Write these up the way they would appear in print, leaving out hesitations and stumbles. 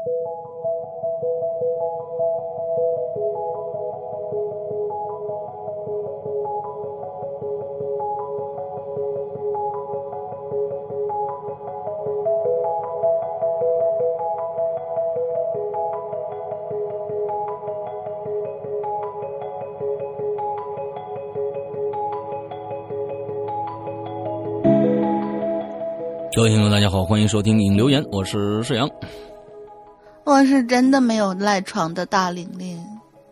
各位听众大家好，欢迎收听影留言，我是世阳。 我是真的没有赖床的大玲玲。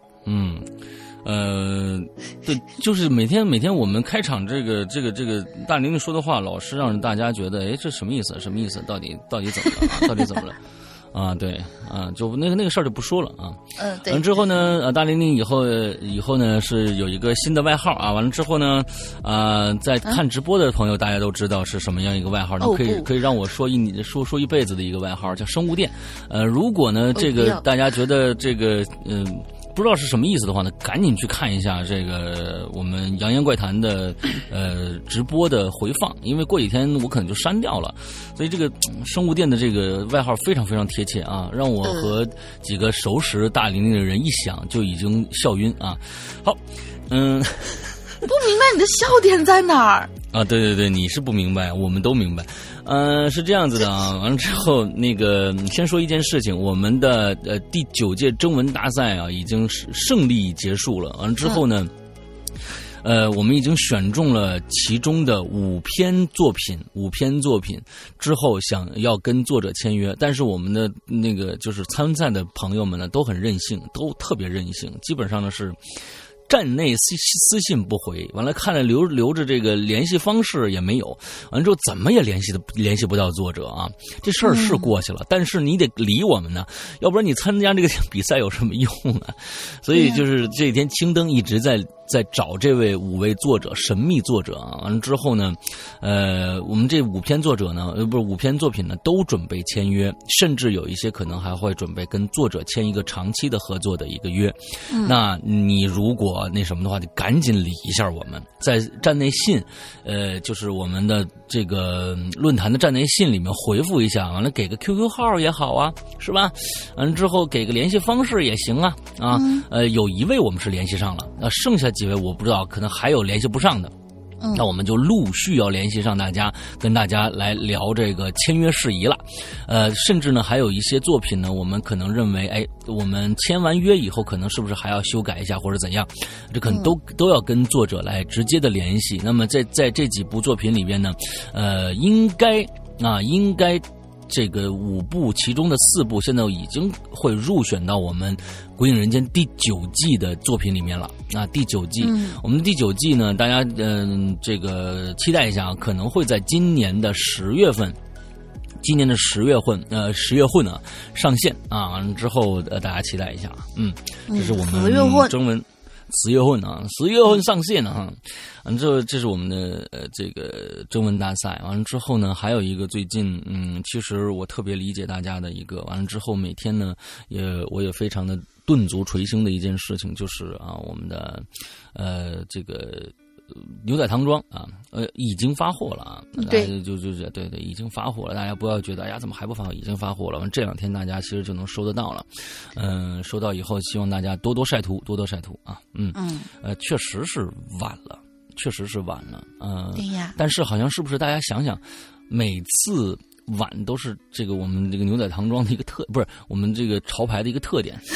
对，就是每天我们开场这个大玲玲说的话，老是让大家觉得，哎，这什么意思？什么意思？到底怎么了？到底怎么了？啊，对啊，就那个事儿就不说了啊。 对。 完之后呢，大玲玲以后呢是有一个新的外号啊。完了之后呢，在看直播的朋友大家都知道是什么样一个外号呢？可以让我说一辈子的一个外号，叫生物店。如果呢这个大家觉得这个不知道是什么意思的话呢，赶紧去看一下这个我们扬言怪谈的直播的回放，因为过几天我可能就删掉了，所以这个生物店的这个外号非常非常贴切啊，让我和几个熟识大玲玲的人一想就已经笑晕啊。好，不明白你的笑点在哪儿啊？对，你是不明白，我们都明白。是这样子的啊，完了之后，那个先说一件事情，我们的第9届征文大赛啊，已经胜利结束了。完了之后呢，我们已经选中了其中的5篇作品之后，想要跟作者签约，但是我们的那个就是参赛的朋友们呢，都很任性，都特别任性，基本上呢是站内私信不回，完了看了留着这个联系方式也没有，完了之后怎么也联系不到作者啊。这事儿是过去了，但是你得理我们呢，要不然你参加这个比赛有什么用啊？所以就是这几天青灯一直在找这5位作者，神秘作者啊。完了之后呢，我们这5篇作者呢，不是5篇作品呢，都准备签约，甚至有一些可能还会准备跟作者签一个长期的合作的一个约。那你如果那什么的话，就赶紧理一下我们，在站内信，就是我们的这个论坛的站内信里面回复一下，完了给个 QQ 号也好啊，是吧？完了之后给个联系方式也行啊。有1位我们是联系上了，那剩下几位我不知道，可能还有联系不上的。那我们就陆续要联系上大家，跟大家来聊这个签约事宜了。甚至呢，还有一些作品呢，我们可能认为，哎，我们签完约以后，可能是不是还要修改一下或者怎样？这可能都要跟作者来直接的联系。那么在这几部作品里边呢，应该这个5部其中的4部现在已经会入选到我们《鬼影人间》第9季的作品里面了。第9季，我们的第9季呢，大家这个期待一下，可能会在今年的10月份。今年的10月份啊上线啊，完了之后大家期待一下。这是我们征文。10月份上线了哈。这是我们的这个征文大赛。完了之后呢，还有一个最近其实我特别理解大家的一个，完了之后每天呢我也非常的顿足垂星的一件事情，就是我们的这个牛仔唐装啊，已经发货了啊。 对， 对，已经发货了。大家不要觉得，哎呀，怎么还不发货？已经发货了。完这2天大家其实就能收得到了。收到以后，希望大家多多晒图啊。确实是晚了。对呀。但是好像是不是大家想想，每次晚都是这个我们这个牛仔唐装的一个不是我们这个潮牌的一个特点。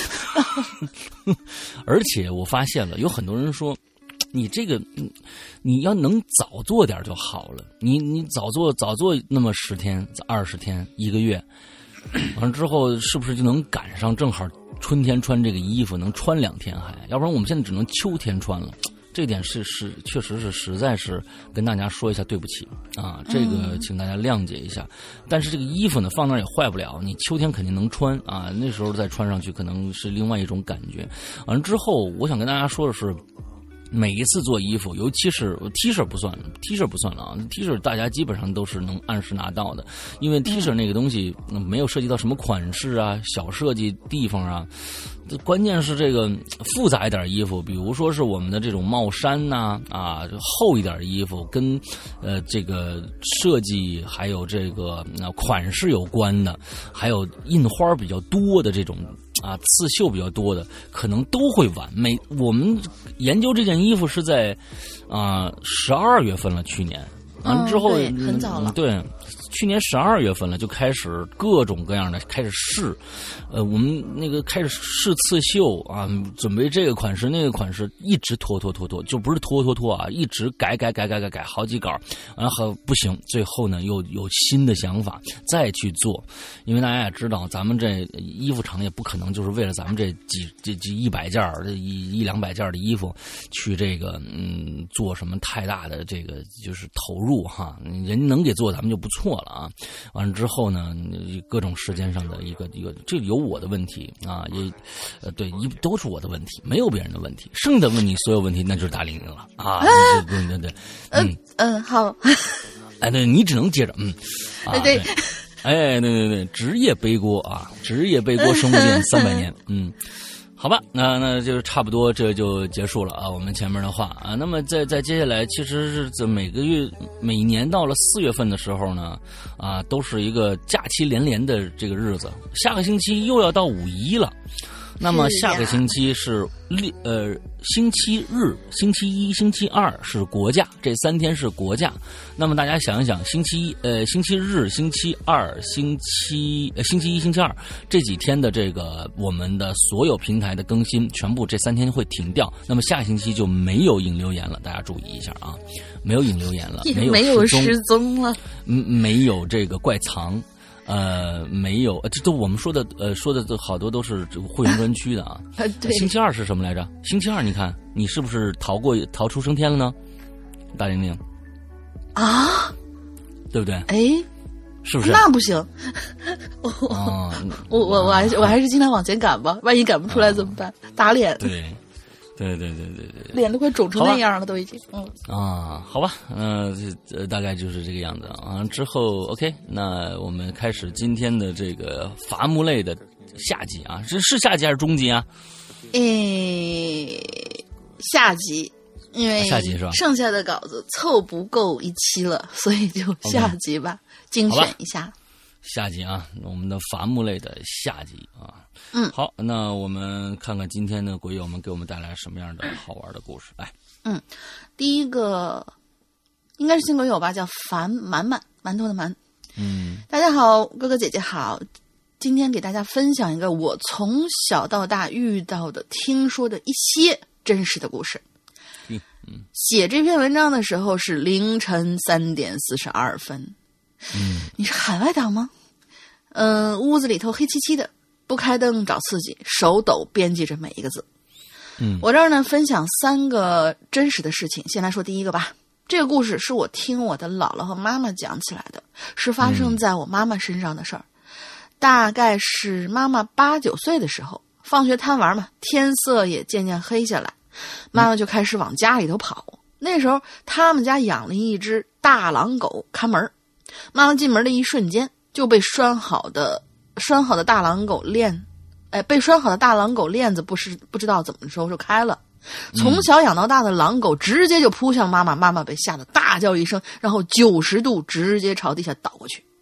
而且我发现了，有很多人说，你这个你要能早做点就好了，你早做那么10天、20天、1个月，完了之后是不是就能赶上正好春天穿这个衣服能穿2天还？要不然我们现在只能秋天穿了。这点确实是实在是跟大家说一下对不起啊，这个请大家谅解一下。但是这个衣服呢放那儿也坏不了，你秋天肯定能穿啊，那时候再穿上去可能是另外一种感觉。完了之后，我想跟大家说的是， 每一次做衣服，尤其是 T 恤不算了 ，T 恤不算了啊 ，T 恤大家基本上都是能按时拿到的，因为 T 恤那个东西没有涉及到什么款式啊、小设计地方啊，关键是这个复杂一点衣服，比如说是我们的这种帽衫呐厚一点的衣服，跟这个设计还有这个款式有关的，还有印花比较多的这种。刺绣比较多的可能都会晚。我们研究这件衣服是在12月份了，去年完之后很早了。 对，去年12月份了就开始各种各样的开始试，我们那个开始试刺绣啊，准备这个款式那个款式，一直拖，就不是拖啊，一直改好几稿，然后不行，最后呢又有新的想法再去做，因为大家也知道，咱们这衣服厂也不可能就是为了咱们这100件一两百件的衣服去这个做什么太大的这个就是投入哈，人能给做咱们就不错了啊。完了之后呢，各种时间上的一个，这有我的问题啊，也对，都是我的问题，没有别人的问题。剩的问题，所有问题那就是大玲玲了啊！对， 好， 哎，对你只能接着， 对， 哎，对，职业背锅啊，职业背锅生物链300年，好吧，那就差不多这就结束了啊。我们前面的话啊，那么在接下来，其实是每年到了4月份的时候呢，都是一个假期连连的这个日子。下个星期又要到5·1了，那么下个星期是星期日、星期一、星期二是国假，这3天是国假。那么大家想一想，星期日、星期二、星期一、星期二这几天的这个我们的所有平台的更新，全部这3天会停掉。那么下星期就没有引流言了，大家注意一下啊，没有引流言了， 没有失踪了， 没有这个怪藏。没有，这都我们说的都好多都是会员专区的啊。 对。 星期二是什么来着？星期二，你看你是不是逃出升天了呢？大玲玲啊， 对不对？ 哎， 是不是？ 那不行。我还是尽量往前赶吧，万一赶不出来怎么办？打脸。对， 脸都快肿成那样了，都已经。 好吧，大概就是这个样子啊。之后 OK， 那我们开始今天的这个伐木类的下集啊，是下集还是中集啊？ 下集，因为下集是吧？ 剩下的稿子凑不够1期了，所以就下集吧，精选一下。 下集啊，我们的伐木类的下集啊。好，那我们看看今天的鬼友们给我们带来什么样的好玩的故事。来， 第一个应该是新鬼友吧，叫樊满馒头的馒。大家好，哥哥姐姐好，今天给大家分享一个我从小到大遇到的、听说的一些真实的故事。写这篇文章的时候是凌晨3点42分。你是海外党吗？屋子里头黑漆漆的，不开灯找刺激，手抖编辑着每一个字。我这儿呢分享3个真实的事情。先来说第一个吧。这个故事是我听我的姥姥和妈妈讲起来的，是发生在我妈妈身上的事儿。大概是妈妈8、9岁的时候，放学贪玩嘛，天色也渐渐黑下来，妈妈就开始往家里头跑。那时候他们家养了一只大狼狗看门，妈妈进门的一瞬间就被拴好的大狼狗链子不知道怎么时候就开了。从小养到大的狼狗直接就扑向妈妈，妈妈被吓得大叫一声，然后90度直接朝地下倒过去。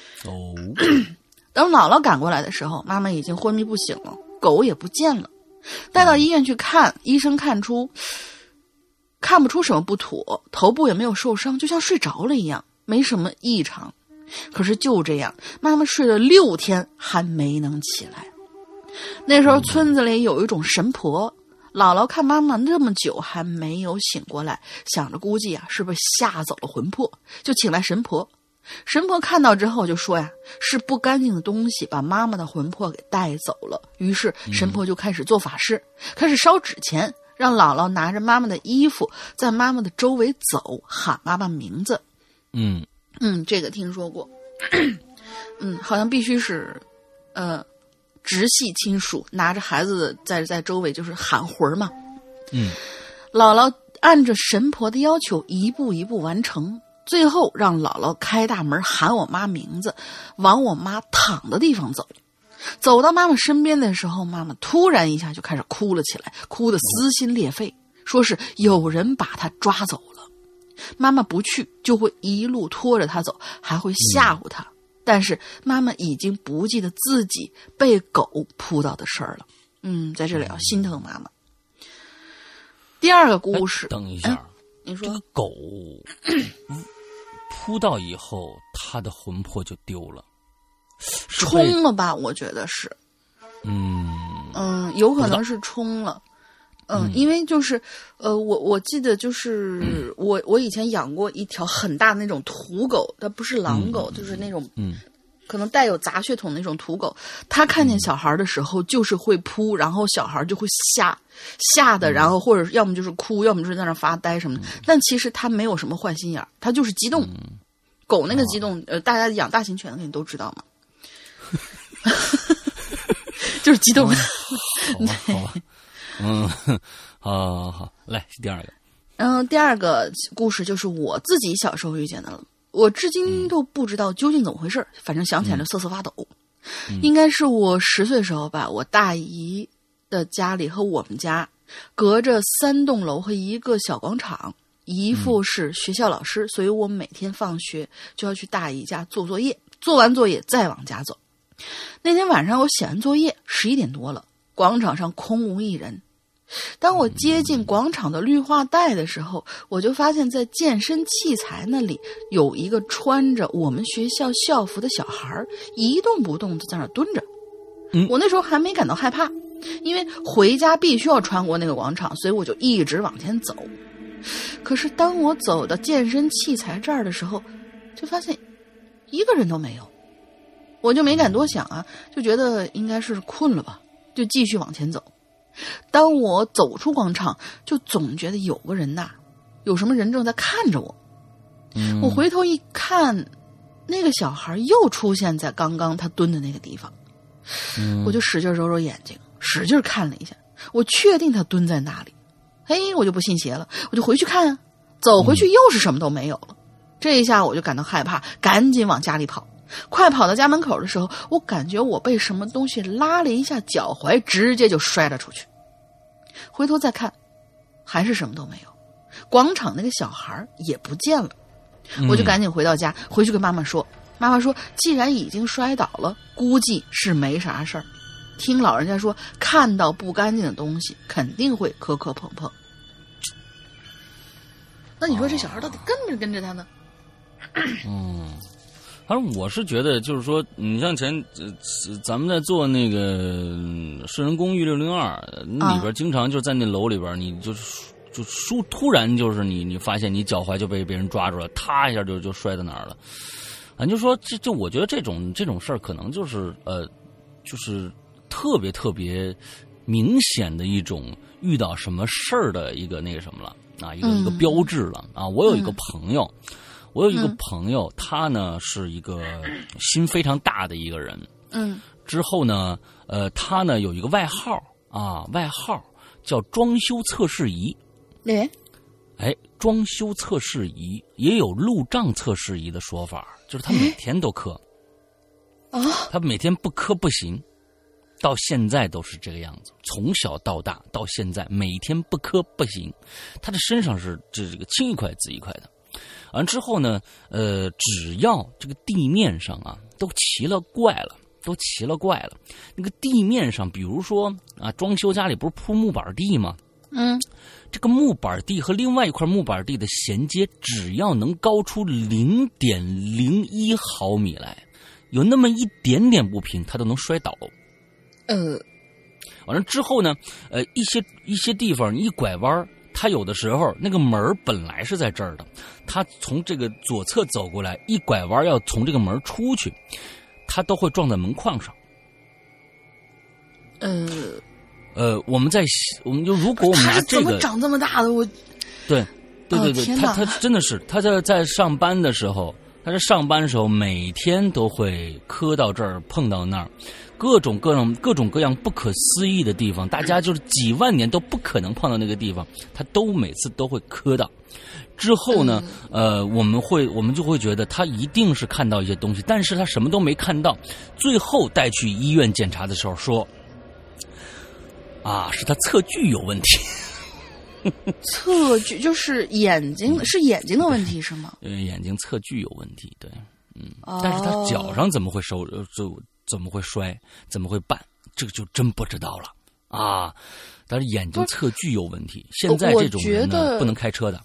等姥姥赶过来的时候，妈妈已经昏迷不醒了，狗也不见了。带到医院去看，医生看不出什么不妥，头部也没有受伤，就像睡着了一样，没什么异常。可是就这样，妈妈睡了6天还没能起来。那时候村子里有一种神婆，姥姥看妈妈那么久还没有醒过来，想着估计是被吓走了魂魄，就请来神婆。神婆看到之后就说是不干净的东西把妈妈的魂魄给带走了。于是神婆就开始做法事，开始烧纸钱，让姥姥拿着妈妈的衣服在妈妈的周围走，喊妈妈名字。这个听说过。好像必须是直系亲属拿着孩子在周围就是喊魂嘛。姥姥按着神婆的要求一步一步完成，最后让姥姥开大门喊我妈名字，往我妈躺的地方走。走到妈妈身边的时候，妈妈突然一下就开始哭了起来，哭得撕心裂肺，说是有人把她抓走了。妈妈不去就会一路拖着她走，还会吓唬她。但是妈妈已经不记得自己被狗扑到的事儿了。在这里要心疼妈妈。第二个故事， 等一下， 你说这个狗扑到以后，它的魂魄就丢了， 冲了吧？我觉得是，有可能是冲了。因为就是我记得就是我以前养过一条很大的那种土狗，它不是狼狗，就是那种可能带有杂血统那种土狗，它看见小孩的时候就是会扑，然后小孩就会吓的，然后或者要么就是哭，要么就是在那发呆什么的。但其实它没有什么坏心眼儿，它就是激动。狗那个激动，大家养大型犬的肯定都知道嘛，就是激动。 好好，来第二个。 然后第二个故事就是我自己小时候遇见的了。我至今都不知道究竟怎么回事，反正想起来就瑟瑟发抖。应该是我10岁时候吧，我大姨的家里和我们家隔着3栋楼和一个小广场，姨父是学校老师，所以我每天放学就要去大姨家做作业，做完作业再往家走。那天晚上我写完作业11点多了，广场上空无一人。当我接近广场的绿化带的时候，我就发现在健身器材那里有一个穿着我们学校校服的小孩一动不动的在那儿蹲着。我那时候还没感到害怕，因为回家必须要穿过那个广场，所以我就一直往前走。可是当我走到健身器材这儿的时候，就发现一个人都没有。我就没敢多想啊，就觉得应该是困了吧，就继续往前走。当我走出广场，就总觉得有个人呐，有什么人正在看着我。我回头一看，那个小孩又出现在刚刚他蹲的那个地方。我就使劲揉揉眼睛，使劲看了一下，我确定他蹲在那里。嘿，我就不信邪了，我就回去看啊，走回去又是什么都没有了。这一下我就感到害怕，赶紧往家里跑。快跑到家门口的时候，我感觉我被什么东西拉了一下脚踝，直接就摔了出去。回头再看，还是什么都没有，广场那个小孩也不见了。我就赶紧回到家，回去跟妈妈说。妈妈说既然已经摔倒了，估计是没啥事儿。听老人家说，看到不干净的东西肯定会磕磕碰碰。那你说这小孩到底跟不跟着他呢？ 反正我是觉得，就是说，你像咱们在做那个圣人公寓602里边，经常就在那楼里边，你就突然就是你发现你脚踝就被别人抓住了，啪一下就摔到哪儿了。就说这我觉得这种事儿可能就是就是特别明显的一种遇到什么事儿的一个那个什么了啊，一个标志了啊。我有一个朋友，他呢是一个心非常大的一个人。之后呢，他呢有一个外号叫装修测试仪。装修测试仪也有路障测试仪的说法，就是他每天都磕。他每天不磕不行，到现在都是这个样子，从小到大到现在每天不磕不行。他的身上是这个青一块紫一块的。完之后呢，只要这个地面上啊都奇了怪了，那个地面上，比如说啊，装修家里不是铺木板地吗？这个木板地和另外一块木板地的衔接，只要能高出0.01毫米来，有那么一点点不平，它都能摔倒。完了之后呢，一些地方你一拐弯，它有的时候那个门本来是在这儿的，它从这个左侧走过来，一拐弯要从这个门出去，它都会撞在门框上。我们就如果我们拿这个， 怎么长这么大的？ 对，他真的是他在上班的时候， 他是上班的时候每天都会磕到这儿碰到那儿，各种各样不可思议的地方，大家就是几万年都不可能碰到那个地方，他都每次都会磕到。之后呢，我们就会觉得他一定是看到一些东西，但是他什么都没看到。最后带去医院检查的时候说，是他测距有问题。 测距就是眼睛，是眼睛的问题是吗？ 眼睛测距有问题，对，但是他脚上怎么会怎么会摔，怎么会绊，这个就真不知道了啊。但是眼睛测距有问题，现在这种人呢不能开车的。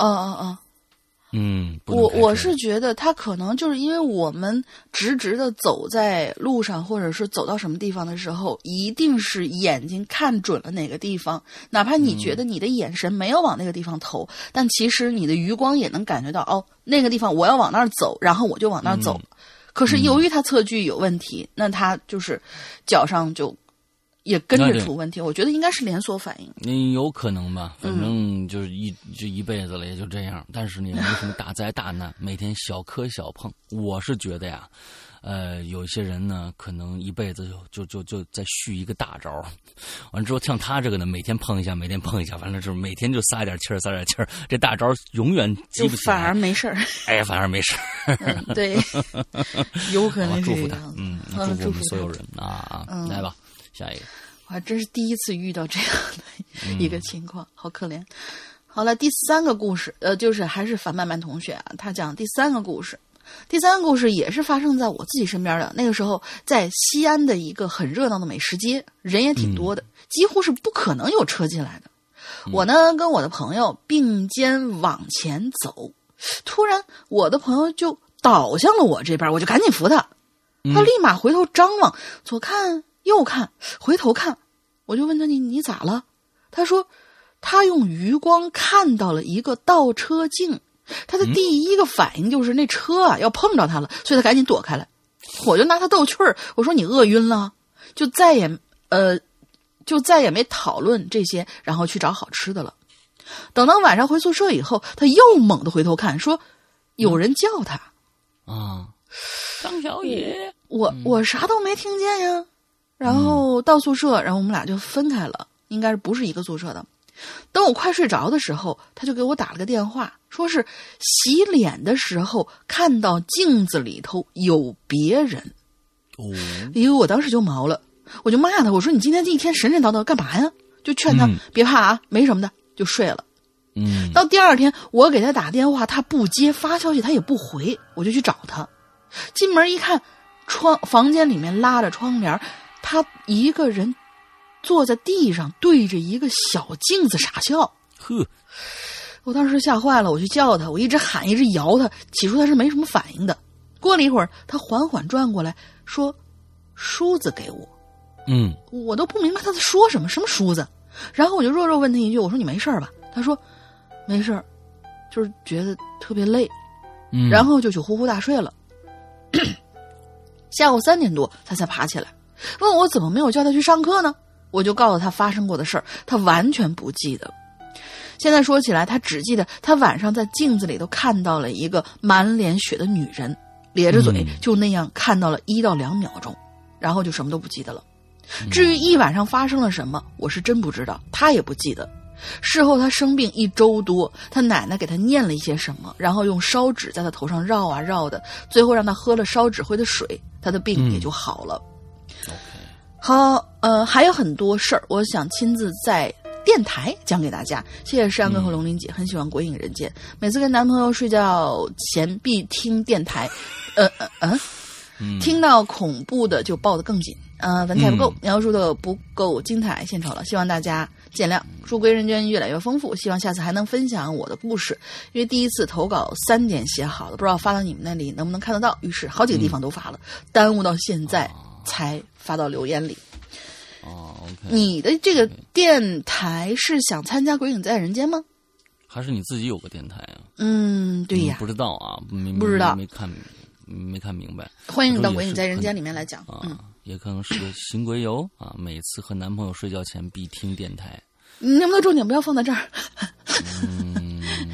我是觉得他可能就是因为我们直的走在路上，或者是走到什么地方的时候，一定是眼睛看准了哪个地方，哪怕你觉得你的眼神没有往那个地方投，但其实你的余光也能感觉到，那个地方我要往那儿走，然后我就往那儿走。可是由于他测距有问题，那他就是脚上就也跟着出问题，我觉得应该是连锁反应。 有可能吧，反正就是一辈子了，也就这样。但是呢，没什么大灾大难，每天小磕小碰。我是觉得呀，有一些人呢，可能一辈子就再续一个大招，完了之后像他这个呢，每天碰一下，完了之后每天就撒点气儿，这大招永远积不起来， 反而没事儿。 反而没事儿。对， 有可能祝福他，祝福我祝们所有人啊！来吧。下一个， 我还真是第一次遇到这样的一个情况，好可怜。好了，第三个故事，就是还是樊曼曼同学啊，他讲第三个故事。第三个故事也是发生在我自己身边的。那个时候在西安的一个很热闹的美食街，人也挺多的，几乎是不可能有车进来的。我呢跟我的朋友并肩往前走，突然我的朋友就倒向了我这边，我就赶紧扶他，他立马回头张望，左看右看，回头看，我就问他你咋了？他说他用余光看到了一个倒车镜，他的第一个反应就是那车要碰着他了，所以他赶紧躲开了。我就拿他逗趣儿，我说你饿晕了？就再也没讨论这些，然后去找好吃的了。等到晚上回宿舍以后，他又猛地回头看，说有人叫他张小野。 我啥都没听见呀。然后到宿舍，然后我们俩就分开了，应该是不是一个宿舍的。等我快睡着的时候，他就给我打了个电话，说是洗脸的时候看到镜子里头有别人。因为我当时就毛了，我就骂他，我说你今天这一天神神叨叨干嘛呀？就劝他别怕啊，没什么的，就睡了。到第二天我给他打电话，他不接，发消息他也不回，我就去找他。进门一看，房间里面拉着窗帘，他一个人坐在地上对着一个小镜子傻笑。我当时吓坏了，我去叫他，我一直喊一直摇他，起初他是没什么反应的。过了一会儿，他缓缓转过来说梳子给我。我都不明白他在说什么梳子。然后我就弱弱问他一句，我说你没事吧？他说没事，就是觉得特别累。然后就呼呼大睡了。下午3点多他才爬起来，问我怎么没有叫他去上课呢？我就告诉他发生过的事儿，他完全不记得。现在说起来，他只记得他晚上在镜子里头看到了一个满脸血的女人，咧着嘴就那样看到了1到2秒钟，然后就什么都不记得了。至于一晚上发生了什么，我是真不知道，他也不记得。事后他生病1周多，他奶奶给他念了一些什么，然后用烧纸在他头上绕啊绕的，最后让他喝了烧纸灰的水，他的病也就好了。好，还有很多事儿，我想亲自在电台讲给大家。谢谢山哥和龙鳞姐，很喜欢《鬼影人间》，每次跟男朋友睡觉前必听电台，听到恐怖的就抱得更紧。文采不够，描述的不够精彩，献丑了，希望大家见谅。祝鬼人间越来越丰富，希望下次还能分享我的故事，因为第一次投稿3点写好了，不知道发到你们那里能不能看得到，于是好几个地方都发了，耽误到现在才发到留言里。 OK。 你的这个电台是想参加鬼影在人间吗？ 还是你自己有个电台啊？ 对呀。 不知道啊， 不知道， 没看明白。 欢迎你到鬼影在人间里面来讲。 也可能是个新鬼友啊，每次和男朋友睡觉前必听电台。 你能不能重点不要放在这儿？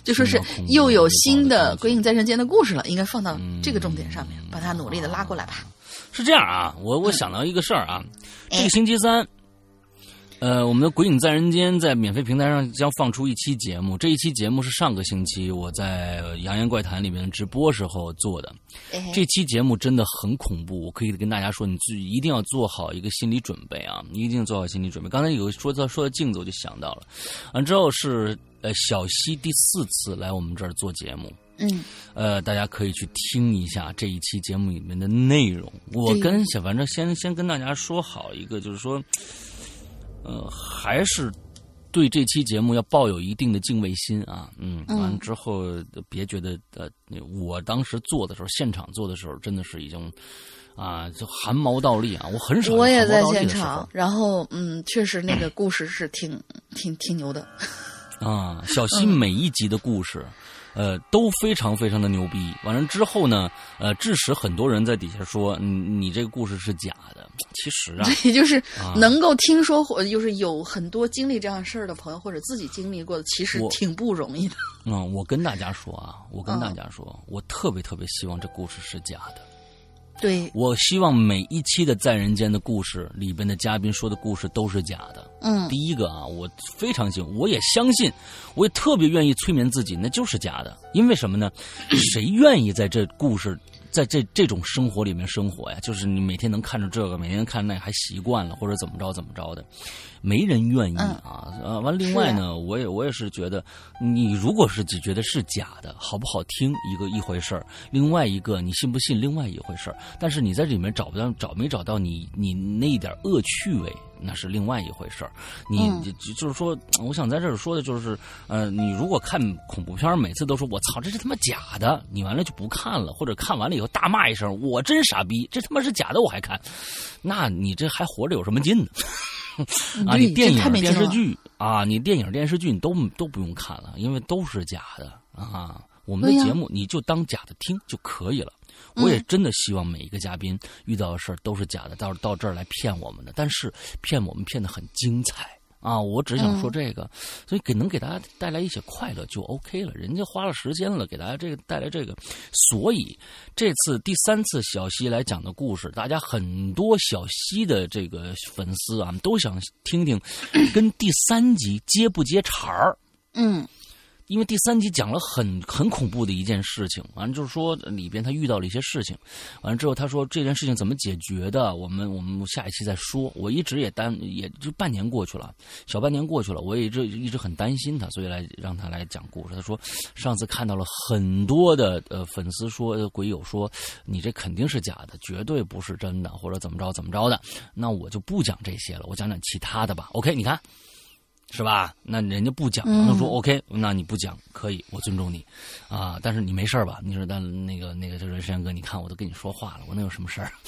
就说是又有新的《鬼影在人间》的故事了，应该放到这个重点上面，把它努力的拉过来吧。 是这样啊，我想到一个事儿啊，这个星期三。我们的《鬼影在人间》在免费平台上将放出一期节目，这一期节目是上个星期我在《扬言怪谈》里面直播时候做的。这期节目真的很恐怖，我可以跟大家说，你一定要做好一个心理准备啊！你一定做好心理准备。刚才有说到镜子，我就想到了，完之后是小西第4次来我们这儿做节目。大家可以去听一下这一期节目里面的内容。我跟反正先跟大家说好一个，就是说。还是对这期节目要抱有一定的敬畏心啊，完了之后别觉得我当时做的时候，现场做的时候，真的是已经就汗毛倒立啊！我很少， 我也在现场，然后确实那个故事是挺牛的啊。小西每一集的故事。都非常非常的牛逼。完了之后呢，致使很多人在底下说你这个故事是假的。其实啊， 对，就是能够听说或就是有很多经历这样事儿的朋友，或者自己经历过的，其实挺不容易的。 我跟大家说啊，我特别特别希望这故事是假的。 对， 我希望每一期的在人间的故事里边的嘉宾说的故事都是假的。第一个啊，我非常喜欢，我也相信，我也特别愿意催眠自己，那就是假的。因为什么呢？谁愿意在这故事，在这种生活里面生活呀？就是你每天能看着这个，每天看那个还习惯了，或者怎么着的，没人愿意啊。完，另外呢，我也是觉得，你如果是只觉得是假的，好不好听一回事儿，另外一个你信不信另外一回事儿。但是你在这里面找没找到你那一点恶趣味，那是另外一回事儿。就是说，我想在这儿说的就是，你如果看恐怖片，每次都说我操，这是他妈假的，你完了就不看了，或者看完了以后大骂一声，我真傻逼，这他妈是假的，我还看，那你这还活着有什么劲呢？你电影电视剧你电影电视剧你都不用看了，因为都是假的啊。我们的节目你就当假的听就可以了。我也真的希望每一个嘉宾遇到的事儿都是假的，到这儿来骗我们的，但是骗我们骗得很精彩啊！我只想说这个，所以能给大家带来一些快乐就 OK 了。人家花了时间了，给大家带来这个，所以这次第3次小西来讲的故事，大家很多小西的这个粉丝啊，都想听听跟第3集接不接茬儿。因为第3集讲了很恐怖的一件事情，完了就是说里边他遇到了一些事情，完了之后他说这件事情怎么解决的，我们下一期再说。我一直也就半年过去了，小半年过去了，我也一直很担心他，所以让他来讲故事。他说上次看到了很多的粉丝说鬼友说你这肯定是假的，绝对不是真的，或者怎么着的，那我就不讲这些了，我讲其他的吧。OK， 你看。是吧？那人家不讲，他说 OK， 那你不讲可以，我尊重你啊。但是你没事吧？你说但那个就是山哥，你看我都跟你说话了，我能有什么事儿？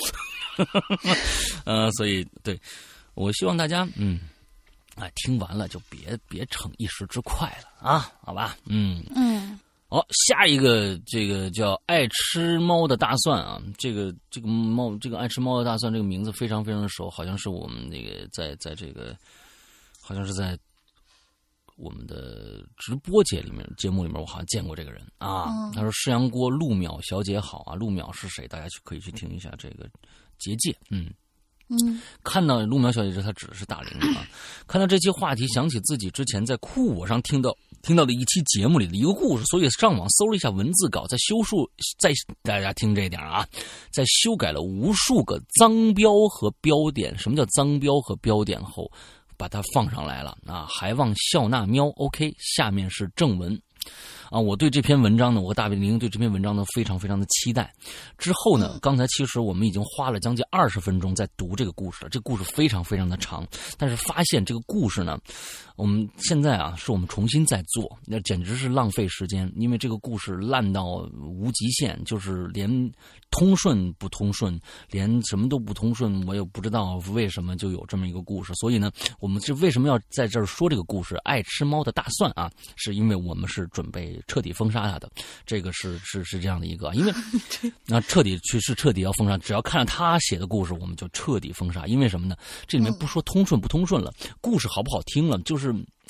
所以对，我希望大家听完了就别逞一时之快了啊，好吧？好，下一个这个叫爱吃猫的大蒜啊，这个猫，这个爱吃猫的大蒜这个名字非常非常的熟，好像是我们那个在这个，好像是在我们的直播节目里面，我好像见过这个人啊。他说：“世阳锅陆淼小姐好啊，陆淼是谁？大家可以去听一下这个结界。”看到陆淼小姐，她指的是大玲啊。看到这期话题，想起自己之前在酷我上听到的一期节目里的一个故事，所以上网搜了一下文字稿，在大家听这点啊，在修改了无数个脏标和标点。什么叫脏标和标点后？把它放上来了啊！还望笑纳喵 OK。下面是正文啊，我对这篇文章呢，我大林对这篇文章呢非常非常的期待。之后呢，刚才其实我们已经花了将近20分钟在读这个故事了，这个故事非常非常的长，但是发现这个故事呢，我们现在啊是我们重新再做，那简直是浪费时间，因为这个故事烂到无极限，就是连通顺不通顺，连什么都不通顺，我也不知道为什么就有这么一个故事。所以呢，我们是为什么要在这儿说这个故事？爱吃猫的大蒜啊，是因为我们是准备彻底封杀它的。这个是这样的一个，因为那彻底要封杀，只要看到他写的故事，我们就彻底封杀。因为什么呢？这里面不说通顺不通顺了，故事好不好听了，就是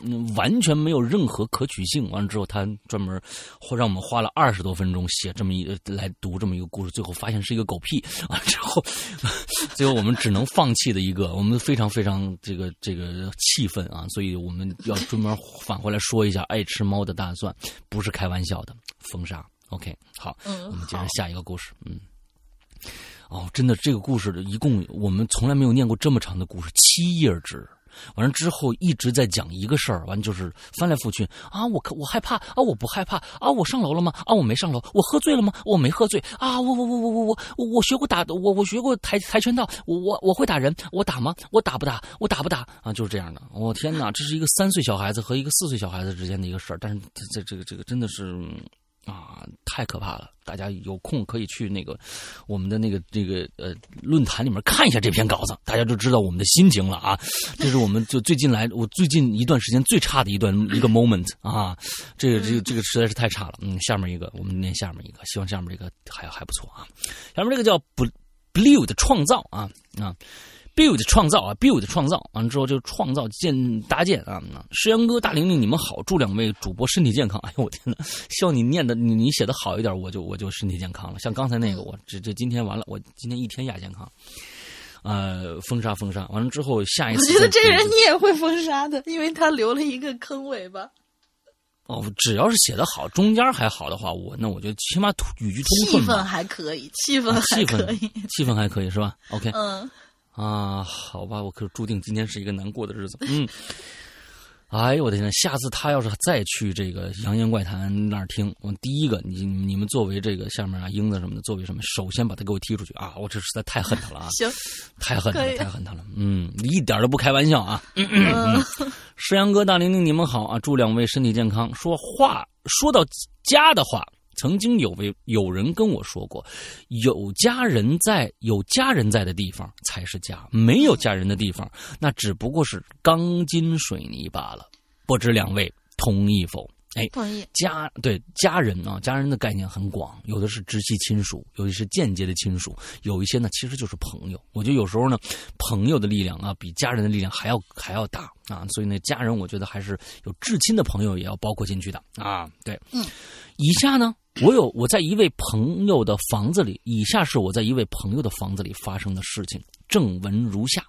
完全没有任何可取性。完了之后，他专门让我们花了20多分钟写这么来读这么一个故事，最后发现是一个狗屁。完了之后，最后我们只能放弃的一个，我们非常非常这个气愤啊！所以我们要专门返回来说一下，爱吃猫的大蒜不是开玩笑的，封杀。OK， 好，我们接着下一个故事。真的，这个故事一共我们从来没有念过这么长的故事，7页纸。完了之后一直在讲一个事儿，完了就是翻来覆去啊，我害怕啊，我不害怕啊，我上楼了吗？啊，我没上楼，我喝醉了吗？我没喝醉啊，我学过我学过跆拳道，我会打人，我打吗？我打不打？我打不打啊？就是这样的。我天哪，这是一个3岁小孩子和一个4岁小孩子之间的一个事儿，但是这个真的是。太可怕了！大家有空可以去我们的论坛里面看一下这篇稿子，大家就知道我们的心情了啊。这是我们我最近一段时间最差的一个 moment 啊，这个实在是太差了。下面一个我们念下面一个，希望下面这个还不错啊。下面这个叫 Blue 的创造啊。build 创造啊 ，build 创造完了之后就创造搭建啊。石阳哥、大玲玲，你们好，祝2位主播身体健康。哎呦我天哪，希望你念的你写的好一点，我就身体健康了。像刚才那个，我这今天完了，我今天一天亚健康。封杀完了之后，下一次我觉得这个人你也会封杀的，因为他留了一个坑尾巴。 只要是写得好，中间还好的话，那我就起码语句通顺吧。 气氛还可以，气氛还可以是吧 ？OK， 好吧，我可注定今天是一个难过的日子。哎呦我的天！下次他要是再去这个扬言怪谈那儿听，我第一个你们作为这个下面鹰子什么的，作为什么，首先把他给我踢出去啊！我这实在太恨他了啊！ 行， 太恨他了。一点都不开玩笑啊！石阳哥、大玲玲，你们好啊！祝2位身体健康。说到家的话。曾经有人跟我说过，有家人在的地方才是家，没有家人的地方，那只不过是钢筋水泥罢了。不知2位同意否？ 同意。 家人啊，家人的概念很广，有的是直系亲属，有的是间接的亲属，有一些呢其实就是朋友。我觉得有时候呢，朋友的力量啊，比家人的力量还要大啊。所以呢，家人我觉得还是有至亲的朋友也要包括进去的啊。对，以下呢。我在一位朋友的房子里，以下是我在一位朋友的房子里发生的事情，正文如下。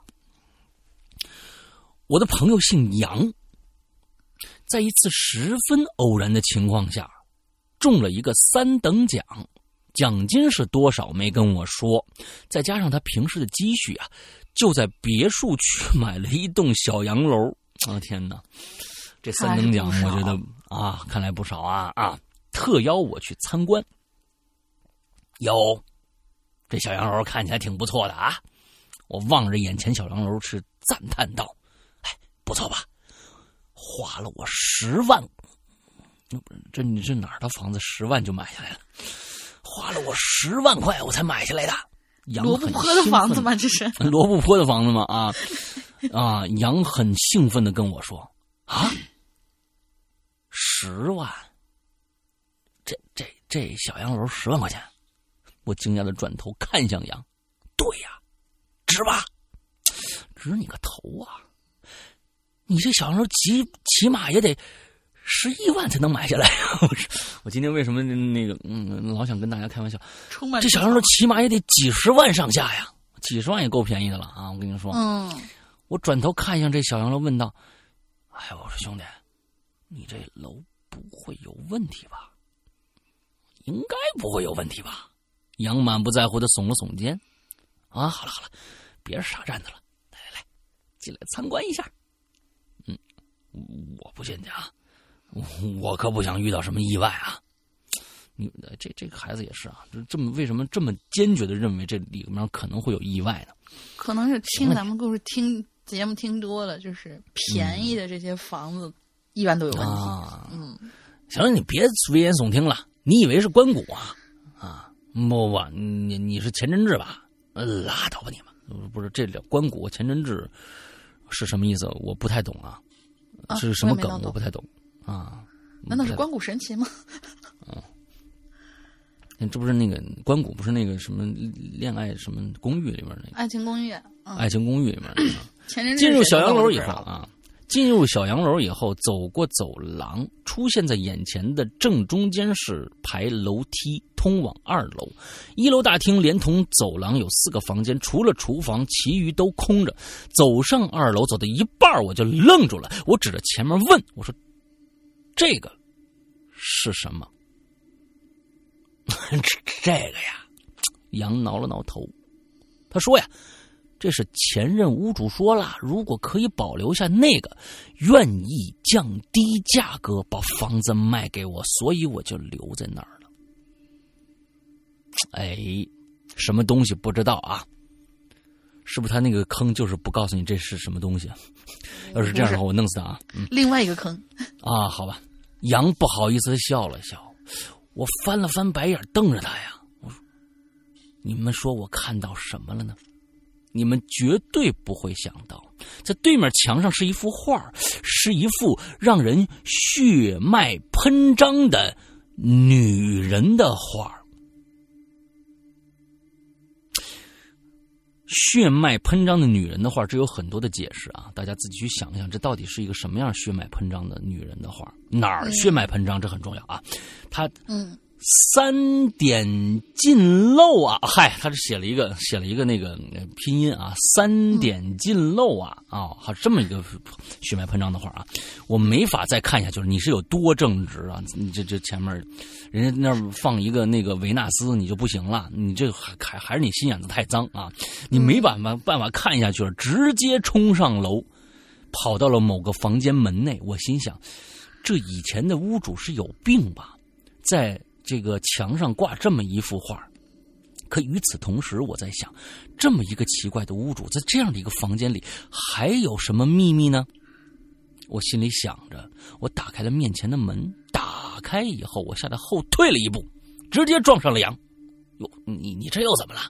我的朋友姓杨，在一次十分偶然的情况下，中了一个3等奖，奖金是多少没跟我说，再加上他平时的积蓄啊，就在别墅区买了一栋小洋楼。天哪，这3等奖我觉得啊，看来不少啊。特邀我去参观，这小洋楼看起来挺不错的啊！我望着眼前小洋楼是赞叹道：“不错吧？花了我10万，这哪儿的房子10万就买下来了？花了我10万块我才买下来的。” 罗布泊的房子吗？这是罗布泊的房子吗？杨很兴奋的跟我说：“10万。”这小洋楼10万块钱，我惊讶的转头看向杨，对呀，值吧？值你个头啊！你这小洋楼起码也得11万才能买下来呀！我今天为什么老想跟大家开玩笑？这小洋楼起码也得几十万上下呀，几十万也够便宜的了啊！我跟你说，我转头看向这小洋楼，问道：“我说兄弟，你这楼不会有问题吧？”应该不会有问题吧？杨满不在乎的耸了耸肩。好了，别是傻站子了，来，进来参观一下。我不信去啊，我可不想遇到什么意外啊。这个孩子也是啊，为什么这么坚决的认为这里面可能会有意外呢？ 可能是听咱们故事听节目听多了，就是便宜的这些房子一般都有问题。 行了，你别危言耸听了。你以为是关谷不，你是钱真志吧？拉倒吧你们！不是这关谷钱真志是什么意思？我不太懂啊，是什么梗？我不太懂啊。 难道是关谷神奇吗？ 这不是那个关谷，不是那个什么恋爱什么公寓里面那个爱情公寓， 爱情公寓里面那个。 钱真志进入小洋楼以后进入小洋楼以后，走过走廊，出现在眼前的正中间是排楼梯通往2楼。1楼大厅连同走廊有4个房间，除了厨房，其余都空着。走上2楼，走到一半我就愣住了，我指着前面问，我说：“这个是什么？”这个呀，杨挠了挠头，他说呀，这是前任屋主说了，如果可以保留下那个，愿意降低价格把房子卖给我，所以我就留在那儿了。哎，什么东西不知道啊？是不是他那个坑就是不告诉你这是什么东西？要是这样的话，我弄死他啊！ 另外一个坑啊，好吧。杨不好意思地笑了笑，我翻了翻白眼，瞪着他呀。我说：“你们说我看到什么了呢？你们绝对不会想到，在对面墙上是一幅画，是一幅让人血脉喷张的女人的画。血脉喷张的女人的画，这有很多的解释啊，大家自己去想一想，这到底是一个什么样血脉喷张的女人的画？哪儿血脉喷张，这很重要啊。它3点尽漏啊，嗨，他是写了一个那个拼音啊，3点尽漏啊，还这么一个血脉喷张的话啊，我没法再看下去了。你是有多正直啊？你这前面人家那儿放一个那个维纳斯，你就不行了，你这还是你心眼子太脏啊！你没办法看下去了，直接冲上楼，跑到了某个房间门内。我心想，这以前的屋主是有病吧？在这个墙上挂这么一幅画，可与此同时，我在想，这么一个奇怪的屋主，在这样的一个房间里，还有什么秘密呢？我心里想着，我打开了面前的门，打开以后，我吓得后退了一步，直接撞上了杨。哟，你这又怎么了？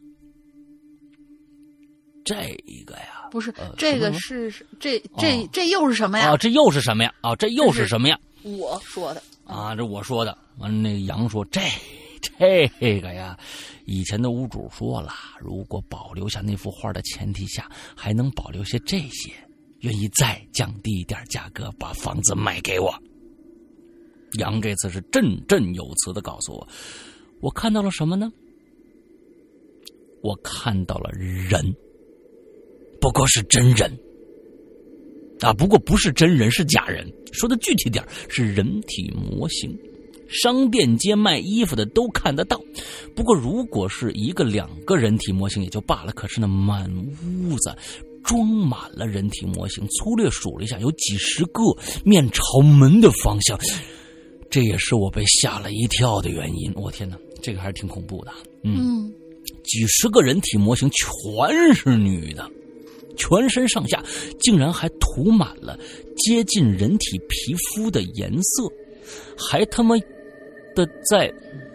这个呀， 不是这个是这又是什么呀？ 啊，这又是什么呀？啊，这又是什么呀？ 我说的啊，这我说的。完，那个杨说这个呀，以前的屋主说了，如果保留下那幅画的前提下，还能保留些这些，愿意再降低一点价格把房子卖给我。杨这次是振振有词的告诉我，我看到了什么呢？我看到了人，不过是真人啊，不过不是真人，是假人。说的具体点，是人体模型。商店街卖衣服的都看得到，不过如果是1个2个人体模型也就罢了，可是那满屋子装满了人体模型，粗略数了一下，有几十个面朝门的方向，这也是我被吓了一跳的原因。我天哪，这个还是挺恐怖的。几十个人体模型全是女的，全身上下竟然还涂满了接近人体皮肤的颜色，还他妈的在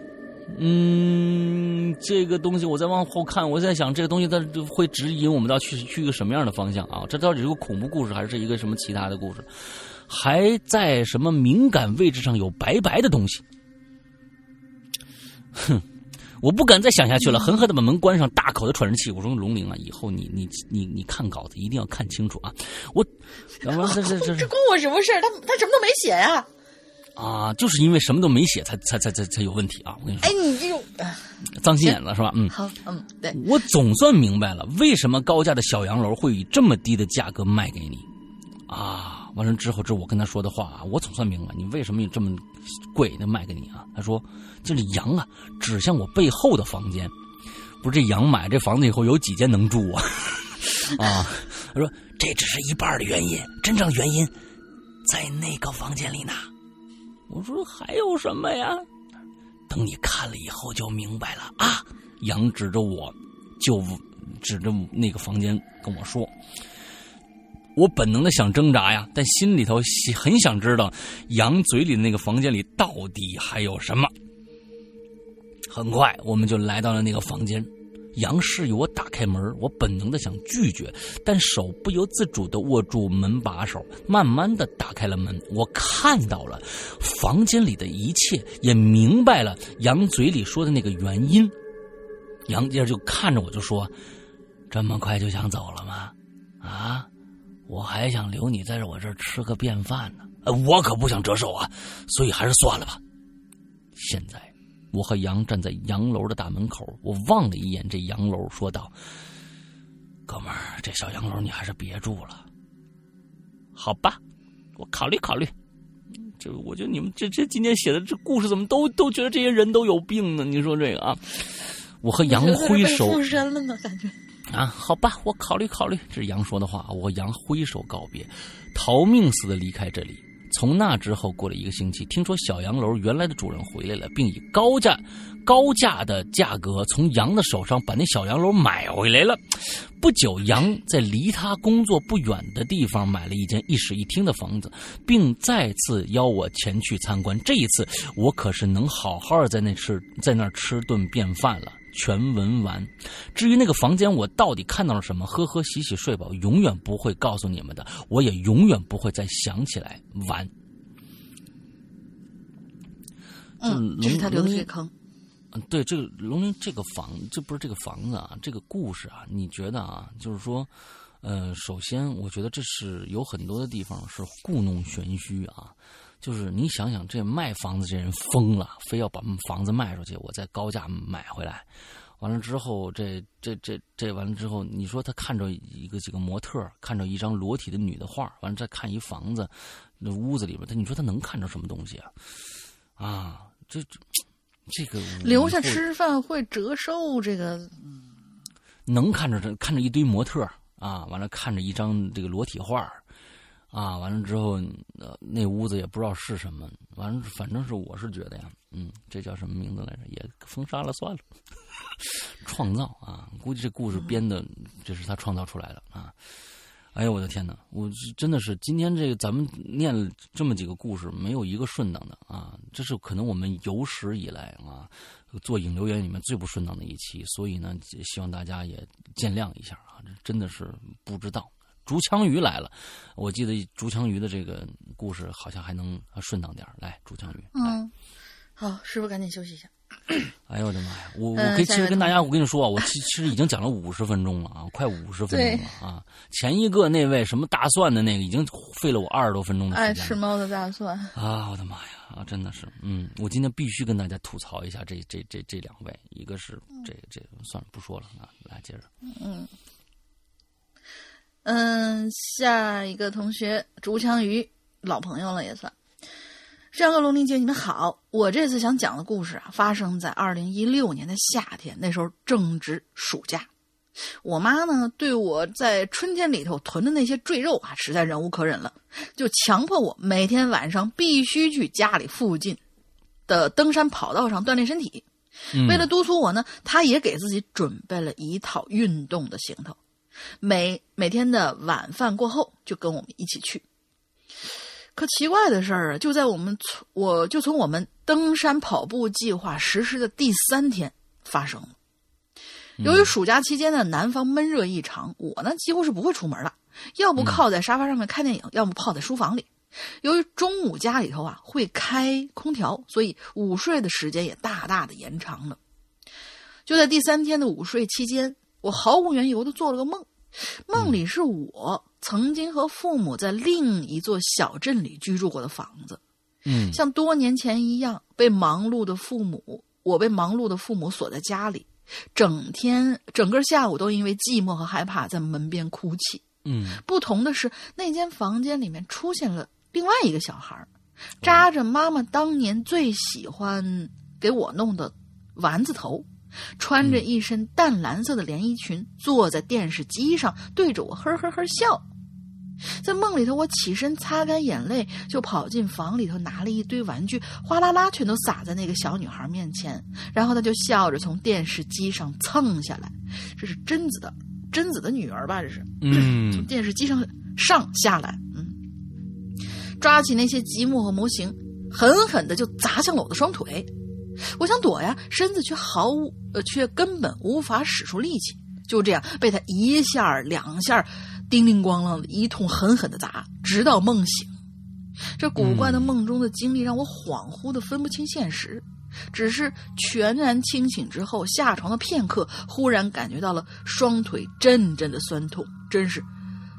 这个东西我再往后看，我在想这个东西它会指引我们到去一个什么样的方向啊？这到底是个恐怖故事还是一个什么其他的故事？还在什么敏感位置上有白白的东西？我不敢再想下去了，狠狠地把门关上，大口的喘着气。我说龙玲啊，以后你看稿子一定要看清楚啊！我，这关我什么事？他什么都没写呀！ 啊，就是因为什么都没写，才有问题啊！我跟你说， 哎，你这种脏心眼子是吧？ 好，对， 我总算明白了，为什么高价的小洋楼会以这么低的价格卖给你啊！完了之后，这我跟他说的话啊，我总算明白你为什么有这么贵的卖给你啊。他说，就是杨啊，指向我背后的房间，不是这杨买这房子以后有几间能住啊？啊，他说这只是一半的原因，真正原因在那个房间里呢。我说还有什么呀？等你看了以后就明白了啊！杨指着我，就指着那个房间跟我说。我本能的想挣扎呀，但心里头很想知道杨嘴里的那个房间里到底还有什么。很快我们就来到了那个房间，杨示意我打开门，我本能的想拒绝，但手不由自主的握住门把手，慢慢的打开了门。我看到了房间里的一切，也明白了杨嘴里说的那个原因。杨接着就看着我就说，这么快就想走了吗？啊， 我还想留你在我这儿吃个便饭呢，我可不想折寿啊，所以还是算了吧。现在我和杨站在洋楼的大门口，我望了一眼这洋楼，说道：哥们儿，这小洋楼你还是别住了。好吧，我考虑考虑。我觉得你们这今天写的这故事怎么都觉得这些人都有病呢？你说这个啊？我和杨挥手， 附身了呢，感觉啊，好吧，我考虑考虑。这是杨说的话。我和杨挥手告别，逃命似的离开这里。从那之后过了1个星期，听说小洋楼原来的主人回来了，并以高价的价格从杨的手上把那小洋楼买回来了。不久，杨在离他工作不远的地方买了一间1室1厅的房子，并再次邀我前去参观。这一次，我可是能好好在那儿吃顿便饭了。全文完。至于那个房间我到底看到了什么，呵呵，洗洗睡吧，永远不会告诉你们的，我也永远不会再想起来。完。 这是他留的这个坑。 对，这个龙鳞这个这不是这个房子啊，这个故事啊，你觉得啊，就是说，首先我觉得这是有很多的地方是故弄玄虚啊。就是你想想，这卖房子这人疯了，非要把房子卖出去，我再高价买回来。完了之后，这完了之后，你说他看着几个模特，看着一张裸体的女的画，完了再看一房子，那屋子里边，你说他能看着什么东西啊？啊，这个留下吃饭会折寿，这个能看着一堆模特啊，完了看着一张这个裸体画。啊，完了之后，那屋子也不知道是什么，完了，反正是我是觉得呀，这叫什么名字来着？也封杀了算了。创造啊，估计这故事编的，这是他创造出来的啊。哎呦我的天哪，我真的是今天这个咱们念了这么几个故事，没有一个顺当的啊，这是可能我们有史以来啊做影留言里面最不顺当的一期，所以呢，希望大家也见谅一下啊，这真的是不知道。竹枪鱼来了，我记得竹枪鱼的这个故事好像还能顺当点。来，竹枪鱼， 好，师傅赶紧休息一下。 哎呦我的妈呀！我可以其实跟大家，我跟你说啊，我其实已经讲了50分钟了啊，快50分钟了啊。前一个那位什么大蒜的那个，已经费了我20多分钟的时间。 爱吃猫的大蒜啊！我的妈呀！啊，真的是，我今天必须跟大家吐槽一下这两位，一个是这算了不说了啊，来接着。 下一个同学竹枪鱼，老朋友了也算。山哥龙鳞姐，你们好！我这次想讲的故事啊，发生在2016年的夏天，那时候正值暑假。我妈呢，对我在春天里头囤的那些赘肉啊，实在忍无可忍了，就强迫我每天晚上必须去家里附近的登山跑道上锻炼身体。为了督促我呢，她也给自己准备了一套运动的行头。每天的晚饭过后，就跟我们一起去。可奇怪的事儿啊，就在我从我们登山跑步计划实施的第3天发生了。由于暑假期间呢，南方闷热异常，我呢几乎是不会出门的，要不靠在沙发上面看电影，要么泡在书房里。由于中午家里头啊会开空调，所以午睡的时间也大大的延长了。就在第3天的午睡期间，我毫无缘由的做了个梦，梦里是我曾经和父母在另一座小镇里居住过的房子。像多年前一样，我被忙碌的父母锁在家里，整个下午都因为寂寞和害怕在门边哭泣。不同的是，那间房间里面出现了另外一个小孩，扎着妈妈当年最喜欢给我弄的丸子头，穿着一身淡蓝色的连衣裙，坐在电视机上对着我呵呵呵笑。在梦里头，我起身擦干眼泪，就跑进房里头拿了一堆玩具，哗啦啦全都撒在那个小女孩面前，然后她就笑着从电视机上蹭下来。这是贞子的女儿吧？这是从电视机上下来，抓起那些积木和模型，狠狠的就砸向了我的双腿。我想躲呀，身子却根本无法使出力气，就这样被他一下两下叮铃咣啷的一通狠狠的砸，直到梦醒。这古怪的梦中的经历让我恍惚的分不清现实，只是全然清醒之后，下床的片刻，忽然感觉到了双腿阵阵的酸痛，真是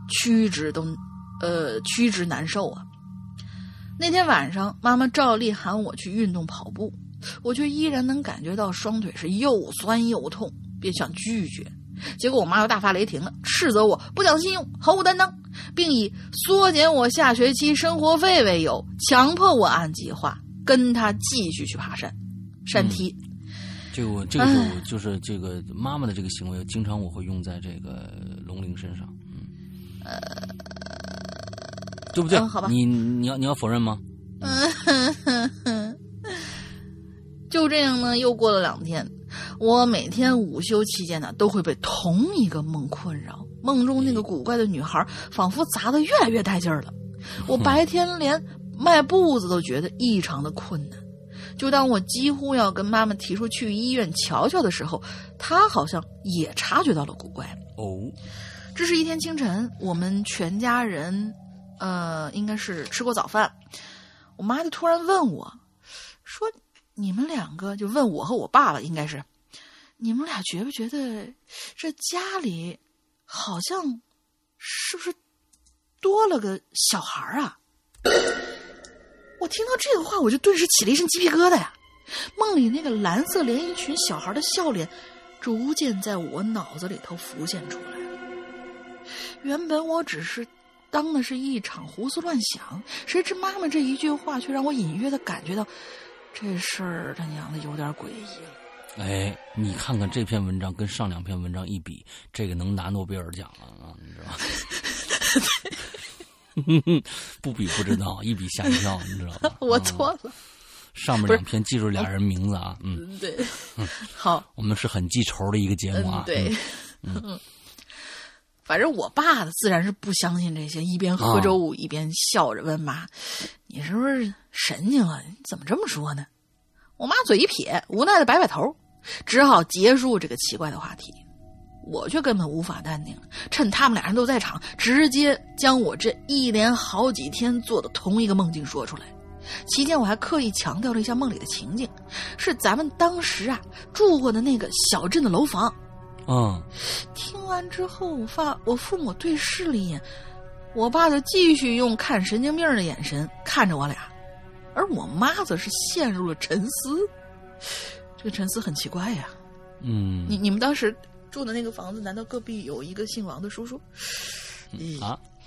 屈指难受啊。那天晚上，妈妈照例喊我去运动跑步，我却依然能感觉到双腿是又酸又痛，便想拒绝。结果我妈又大发雷霆了，斥责我不讲信用，毫无担当，并以缩减我下学期生活费为由，强迫我按计划跟她继续去爬山梯。 这个时候就是这个妈妈的这个行为，经常我会用在这个龙玲身上。对不对？ 好吧， 你要否认吗？ 就这样呢，又过了2天。我每天午休期间呢，都会被同一个梦困扰。梦中那个古怪的女孩，仿佛砸得越来越带劲儿了。我白天连迈步子都觉得异常的困难。就当我几乎要跟妈妈提出去医院瞧瞧的时候，她好像也察觉到了古怪。这是一天清晨，我们全家人，应该是吃过早饭。我妈就突然问我，说：“你们2个，就问我和我爸爸，应该是，你们俩觉不觉得这家里好像是不是多了个小孩啊？”我听到这个话，我就顿时起了一身鸡皮疙瘩呀。梦里那个蓝色连衣裙小孩的笑脸，逐渐在我脑子里头浮现出来。原本我只是当的是一场胡思乱想，谁知妈妈这一句话却让我隐约的感觉到这事儿他娘的有点诡异了。 你看看这篇文章跟上2篇文章一比，这个能拿诺贝尔奖了啊，你知道吗？不比不知道，一比吓一跳，你知道吗？ 我错了。 上面2篇记住俩人名字啊， 对，好， 我们是很记仇的一个节目啊， 对，反正我爸自然是不相信这些，一边喝粥一边笑着问妈：“你是不是神经了？你怎么这么说呢？”我妈嘴一撇，无奈的摆摆头，只好结束这个奇怪的话题。我却根本无法淡定，趁他们俩人都在场，直接将我这一连好几天做的同一个梦境说出来。期间我还刻意强调了一下梦里的情景，是咱们当时住过的那个小镇的楼房。听完之后，我父母对视了一眼，我爸就继续用看神经病的眼神看着我俩，而我妈则是陷入了沉思。这个沉思很奇怪呀。你们当时住的那个房子，难道隔壁有一个姓王的叔叔？ 你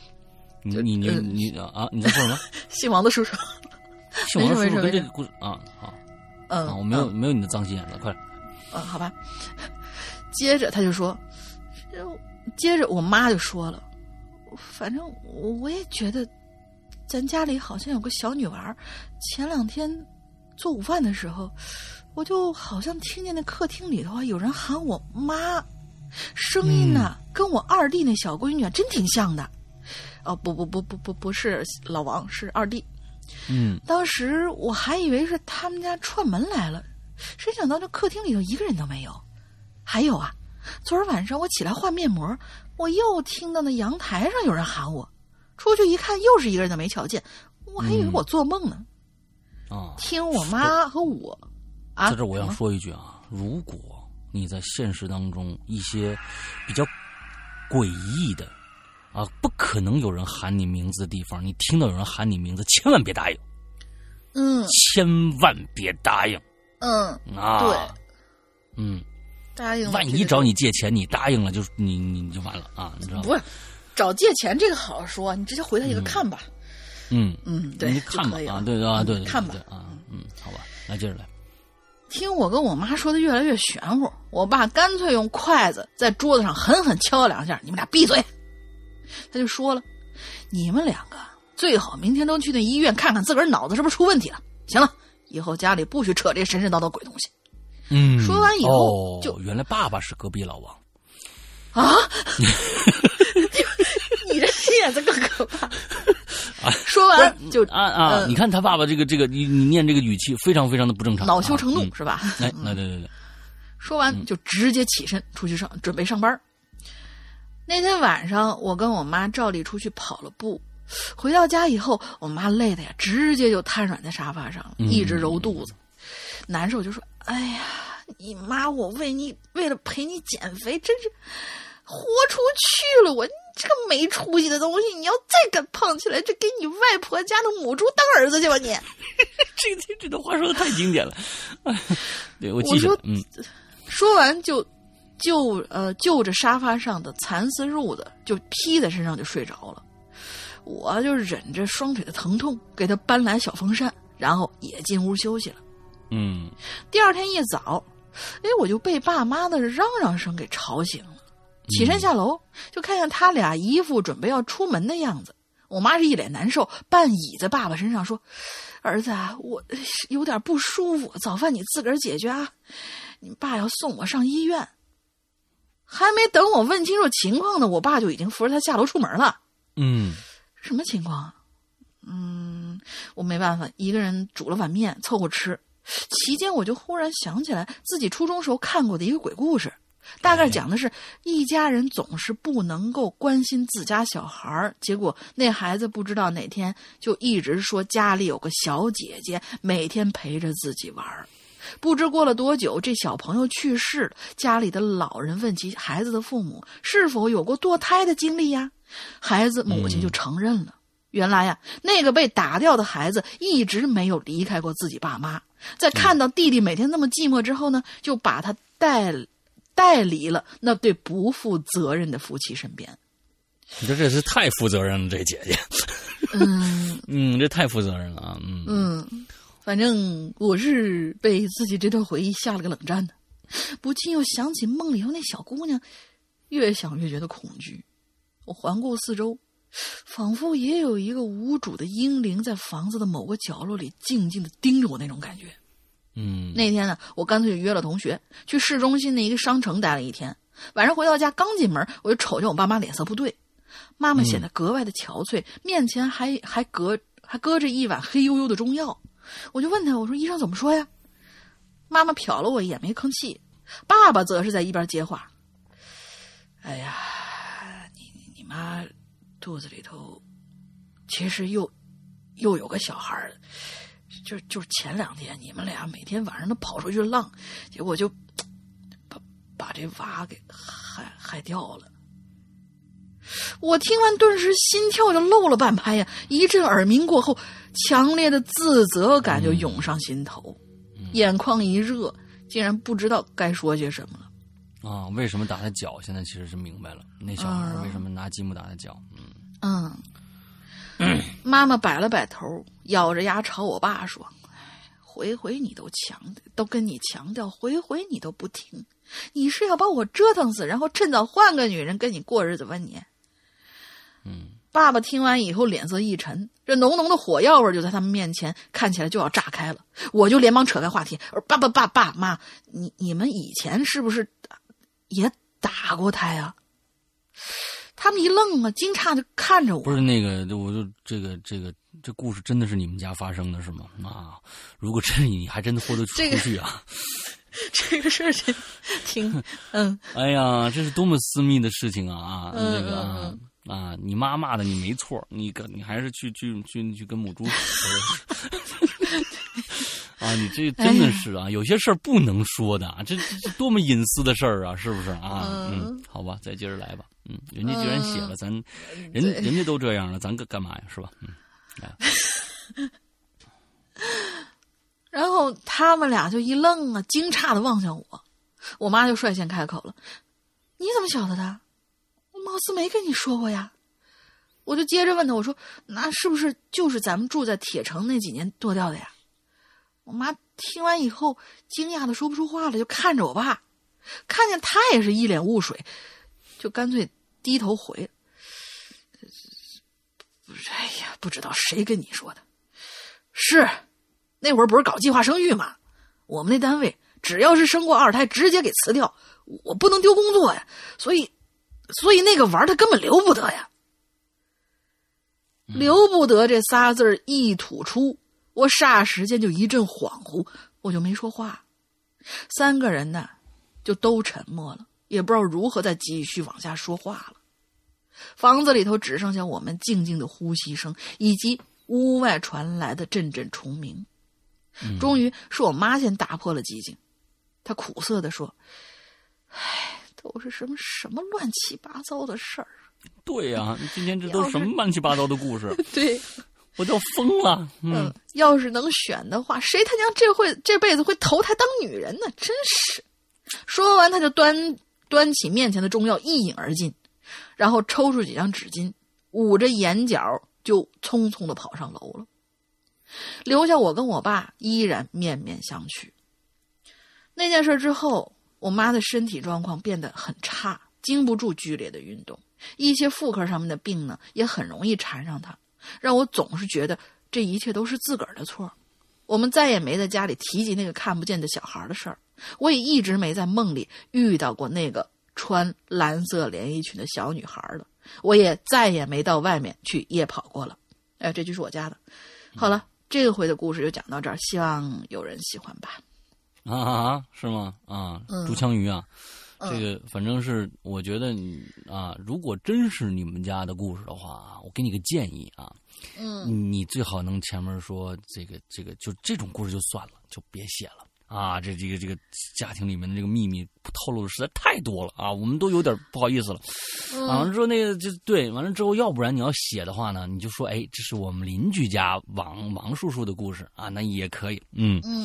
在说什么？ 姓王的叔叔。 姓王的叔叔跟这个故事啊，好，我没有你的脏心眼子，快点。 好吧。接着他就说，接着我妈就说了，反正我也觉得咱家里好像有个小女娃，前2天做午饭的时候，我就好像听见那客厅里头有人喊我妈，声音跟我2弟那小闺女真挺像的。不是老王，是2弟。当时我还以为是他们家串门来了，谁想到这客厅里头一个人都没有。还有昨儿晚上我起来换面膜，我又听到那阳台上有人喊我，出去一看又是一个人都没瞧见，我还以为我做梦呢。听我妈和我在这我要说一句如果你在现实当中一些比较诡异的不可能有人喊你名字的地方，你听到有人喊你名字，千万别答应。千万别答应。 对。答应了， 万一找你借钱，你答应了，就你就完了你知道吗？ 不是，找借钱这个好说，你直接回他一个看吧。对， 你看吧对， 看吧好吧，来接着来。 听我跟我妈说的越来越玄乎，我爸干脆用筷子在桌子上狠狠敲了2下，你们俩闭嘴。他就说了，你们2个最好明天都去那医院看看自个儿脑子是不是出问题了。行了，以后家里不许扯这神神叨叨鬼东西。说完以后原来爸爸是隔壁老王你这心眼子更可怕。说完就你看他爸爸这个你念这个语气非常非常的不正常， 恼羞成怒是吧？ 对。 说完就直接起身出去准备上班。那天晚上我跟我妈照例出去跑了步，回到家以后，我妈累的直接就瘫软在沙发上，一直揉肚子，难受就说：“哎呀，你妈我为了陪你减肥，真是豁出去了！我这个没出息的东西，你要再敢胖起来，就给你外婆家的母猪当儿子去吧你！ 这段话说的太经典了，对我记着。 说完就就着沙发上的蚕丝褥子就披在身上就睡着了。我就忍着双腿的疼痛，给他搬来小风扇，然后也进屋休息了。第二天一早，我就被爸妈的嚷嚷声给吵醒了。起身下楼，就看见他俩一副准备要出门的样子。我妈是一脸难受，半倚在爸爸身上说：“儿子啊，我有点不舒服，早饭你自个儿解决啊。你爸要送我上医院。”还没等我问清楚情况呢，我爸就已经扶着他下楼出门了。什么情况？我没办法，一个人煮了碗面凑合吃。期间我就忽然想起来自己初中时候看过的一个鬼故事，大概讲的是一家人总是不能够关心自家小孩，结果那孩子不知道哪天就一直说家里有个小姐姐每天陪着自己玩。不知过了多久，这小朋友去世了，家里的老人问起孩子的父母是否有过堕胎的经历呀，孩子母亲就承认了。原来呀，那个被打掉的孩子一直没有离开过自己爸妈，在看到弟弟每天那么寂寞之后呢，就把他带离了那对不负责任的夫妻身边。 你说这是太负责任了，这姐姐。这太负责任了啊。 反正我是被自己这段回忆吓了个冷战的，不禁又想起梦里头那小姑娘，越想越觉得恐惧。我环顾四周，仿佛也有一个无主的婴灵在房子的某个角落里静静地盯着我那种感觉。那天呢，我干脆就约了同学去市中心的一个商城待了一天。晚上回到家，刚进门我就瞅见我爸妈脸色不对，妈妈显得格外的憔悴，面前还搁着一碗黑黝黝的中药。我就问他，我说医生怎么说呀？妈妈瞟了我一眼没吭气，爸爸则是在一边接话：哎呀，你妈肚子里头其实又有个小孩，就是前2天你们俩每天晚上都跑出去浪，结果就把这娃给害掉了。我听完顿时心跳就漏了半拍呀，一阵耳鸣过后，强烈的自责感就涌上心头，眼眶一热，竟然不知道该说些什么了。 为什么打他脚？现在其实是明白了，那小孩为什么拿积木打他脚。 妈妈摆了摆头，咬着牙朝我爸说：“回你都跟你强调，回你都不听，你是要把我折腾死，然后趁早换个女人跟你过日子吧你？”爸爸听完以后脸色一沉，这浓浓的火药味就在他们面前看起来就要炸开了。我就连忙扯开话题，爸妈，你们以前是不是也打过他呀？他们一愣啊，惊诧地看着我。 不是那个，我就这故事真的是你们家发生的是吗？如果真是你还真的豁得出去啊！ 这个事情挺哎呀，这是多么私密的事情啊！你妈骂的你没错，你还是去跟母猪你这真的是啊，有些事儿不能说的啊，这多么隐私的事儿啊，是不是啊？好吧，再接着来吧。人家既然写了，人家都这样了，咱干嘛呀？是吧？ 然后他们俩就一愣啊，惊诧的望向我。我妈就率先开口了：“你怎么晓得的？我貌似没跟你说过呀。”我就接着问他，我说：“那是不是就是咱们住在铁城那几年剁掉的呀？”我妈听完以后惊讶的说不出话了，就看着我爸，看见他也是一脸雾水，就干脆低头回：“哎呀，不知道谁跟你说的。是那会儿不是搞计划生育吗？我们那单位只要是生过2胎直接给辞掉，我不能丢工作呀，所以那个玩他根本留不得呀。”留不得这仨字一吐出，我霎时间就一阵恍惚，我就没说话。3个人呢就都沉默了，也不知道如何再继续往下说话了。房子里头只剩下我们静静的呼吸声，以及屋外传来的阵阵虫鸣。终于是我妈先打破了寂静，她苦涩地说：“哎， 都是什么乱七八糟的事儿。 对呀，今天这都是什么乱七八糟的故事？ 对， 我都疯了。 要是能选的话，谁他娘这辈子会投胎当女人呢？真是。说完，他就端起面前的中药一饮而尽，然后抽出几张纸巾，捂着眼角就匆匆地跑上楼了，留下我跟我爸依然面面相觑。那件事之后，我妈的身体状况变得很差，经不住剧烈的运动，一些妇科上面的病呢也很容易缠上她，让我总是觉得这一切都是自个儿的错。我们再也没在家里提及那个看不见的小孩的事儿，我也一直没在梦里遇到过那个穿蓝色连衣裙的小女孩了，我也再也没到外面去夜跑过了。这就是我家的。好了，这个回的故事就讲到这儿，希望有人喜欢吧。 是吗？朱枪鱼啊，这个反正是我觉得如果真是你们家的故事的话，我给你个建议啊，你最好能前面说这个就这种故事就算了，就别写了啊，这个家庭里面的这个秘密透露的实在太多了啊，我们都有点不好意思了。完了之后那个就对，完了之后要不然你要写的话呢，你就说这是我们邻居家王叔叔的故事啊，那也可以。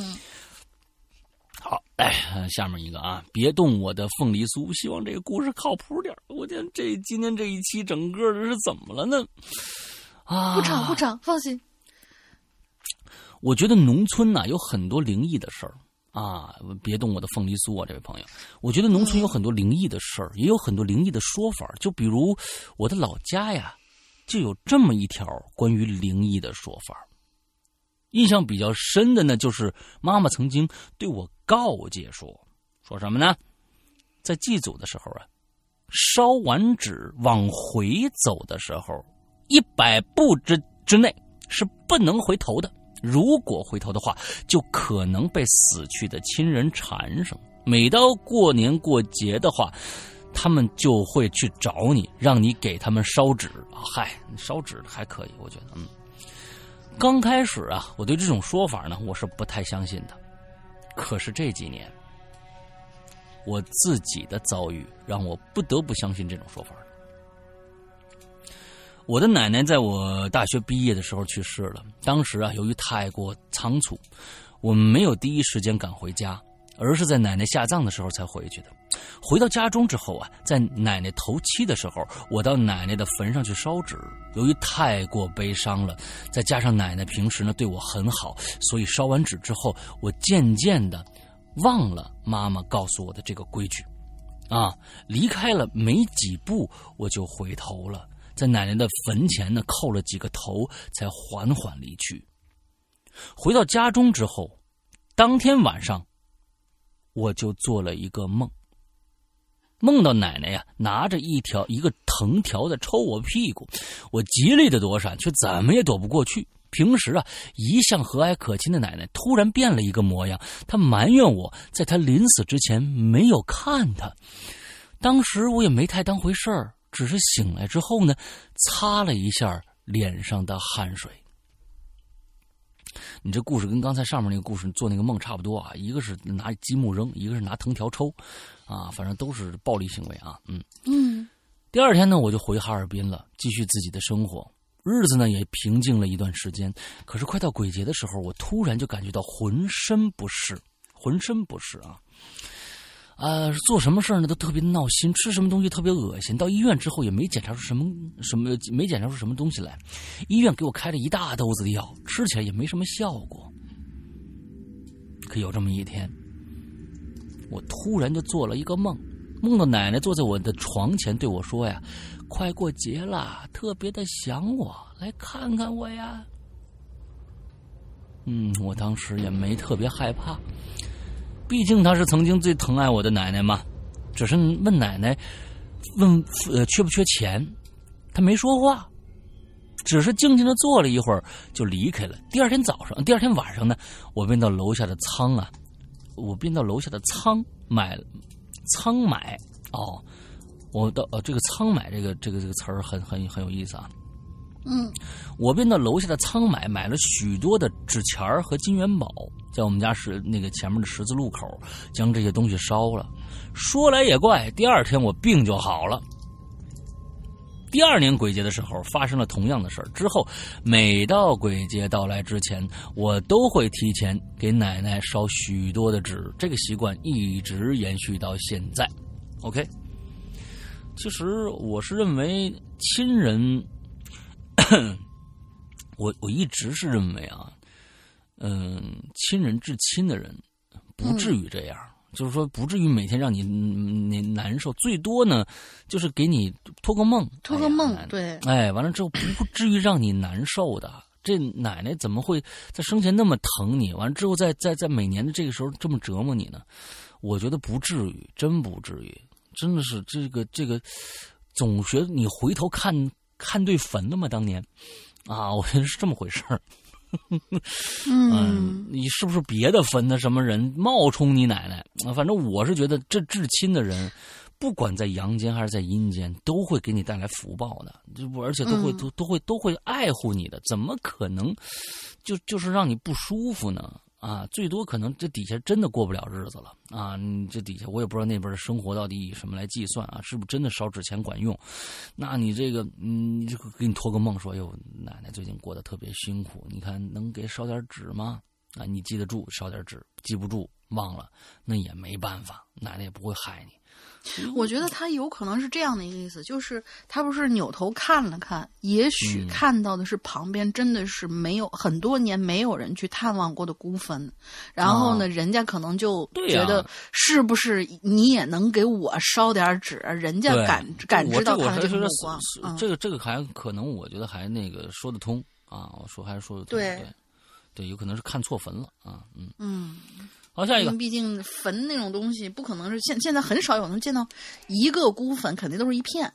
好，下面一个啊，别动我的凤梨酥，希望这个故事靠谱点。我天，今天这一期整个的是怎么了呢？ 不吵，放心。 我觉得农村有很多灵异的事儿啊，别动我的凤梨酥啊，这位朋友，我觉得农村有很多灵异的事儿，也有很多灵异的说法。就比如我的老家呀，就有这么一条关于灵异的说法。印象比较深的呢，就是妈妈曾经对我告诫说什么呢？在祭祖的时候啊，烧完纸往回走的时候，100步之内是不能回头的。如果回头的话，就可能被死去的亲人缠上。每到过年过节的话，他们就会去找你，让你给他们烧纸。烧纸还可以，我觉得刚开始啊，我对这种说法呢，我是不太相信的。可是这几年，我自己的遭遇让我不得不相信这种说法。我的奶奶在我大学毕业的时候去世了，当时啊，由于太过仓促，我们没有第一时间赶回家，而是在奶奶下葬的时候才回去的。回到家中之后啊，在奶奶头七的时候，我到奶奶的坟上去烧纸。由于太过悲伤了，再加上奶奶平时呢对我很好，所以烧完纸之后，我渐渐的忘了妈妈告诉我的这个规矩离开了没几步，我就回头了，在奶奶的坟前呢叩了几个头，才缓缓离去。回到家中之后，当天晚上我就做了一个梦，梦到奶奶呀拿着一个藤条在抽我屁股，我极力的躲闪，却怎么也躲不过去。平时啊一向和蔼可亲的奶奶突然变了一个模样，她埋怨我在她临死之前没有看她。当时我也没太当回事儿，只是醒来之后呢，擦了一下脸上的汗水。你这故事跟刚才上面那个故事做那个梦差不多啊，一个是拿积木扔，一个是拿藤条抽反正都是暴力行为啊。第二天呢，我就回哈尔滨了，继续自己的生活，日子呢也平静了一段时间。可是快到鬼节的时候，我突然就感觉到浑身不适做什么事呢都特别的闹心，吃什么东西特别恶心。到医院之后也没检查出什么东西来，医院给我开了一大兜子的药，吃起来也没什么效果。可有这么一天，我突然就做了一个梦，梦到奶奶坐在我的床前对我说呀，快过节了，特别的想我，来看看我呀。我当时也没特别害怕，毕竟她是曾经最疼爱我的奶奶嘛。只是问奶奶缺不缺钱，她没说话，只是静静的坐了一会儿就离开了。第二天晚上呢，我便到楼下的仓买我到这个仓买这个词儿很有意思啊。 我便到楼下的仓买了许多的纸钱儿和金元宝，在我们家那个前面的十字路口将这些东西烧了。说来也怪，第二天我病就好了。第二年鬼节的时候发生了同样的事儿，之后每到鬼节到来之前，我都会提前给奶奶烧许多的纸，这个习惯一直延续到现在。 OK， 其实我是认为亲人我一直是认为啊，亲人至亲的人不至于这样，就是说不至于每天让你难受，最多呢就是给你托个梦， 对， 哎，完了之后不至于让你难受的。这奶奶怎么会在生前那么疼你，完了之后在每年的这个时候这么折磨你呢？我觉得不至于，真不至于，真的是这个总觉得你回头看对坟了吗？当年啊，我觉得是这么回事儿。你是不是别的坟的什么人冒充你奶奶？反正我是觉得这至亲的人，不管在阳间还是在阴间，都会给你带来福报的，而且都会爱护你的，怎么可能就是让你不舒服呢？啊，最多可能这底下真的过不了日子了啊！你这底下我也不知道那边的生活到底以什么来计算啊？是不是真的烧纸钱管用？那你这个，你就给你托个梦说，哟，奶奶最近过得特别辛苦，你看能给烧点纸吗？啊，你记得住烧点纸，记不住忘了，那也没办法，奶奶也不会害你。 我觉得他有可能是这样的一个意思，就是他不是扭头看了看，也许看到的是旁边真的是没有很多年没有人去探望过的孤坟，然后呢，人家可能就觉得是不是你也能给我烧点纸，人家感知到他的这个目光。 这个还可能，我觉得还那个说得通啊，我说还是说得通，对，有可能是看错坟了啊，好，下一个。 毕竟坟那种东西不可能是现在很少有能见到一个孤坟，肯定都是一片。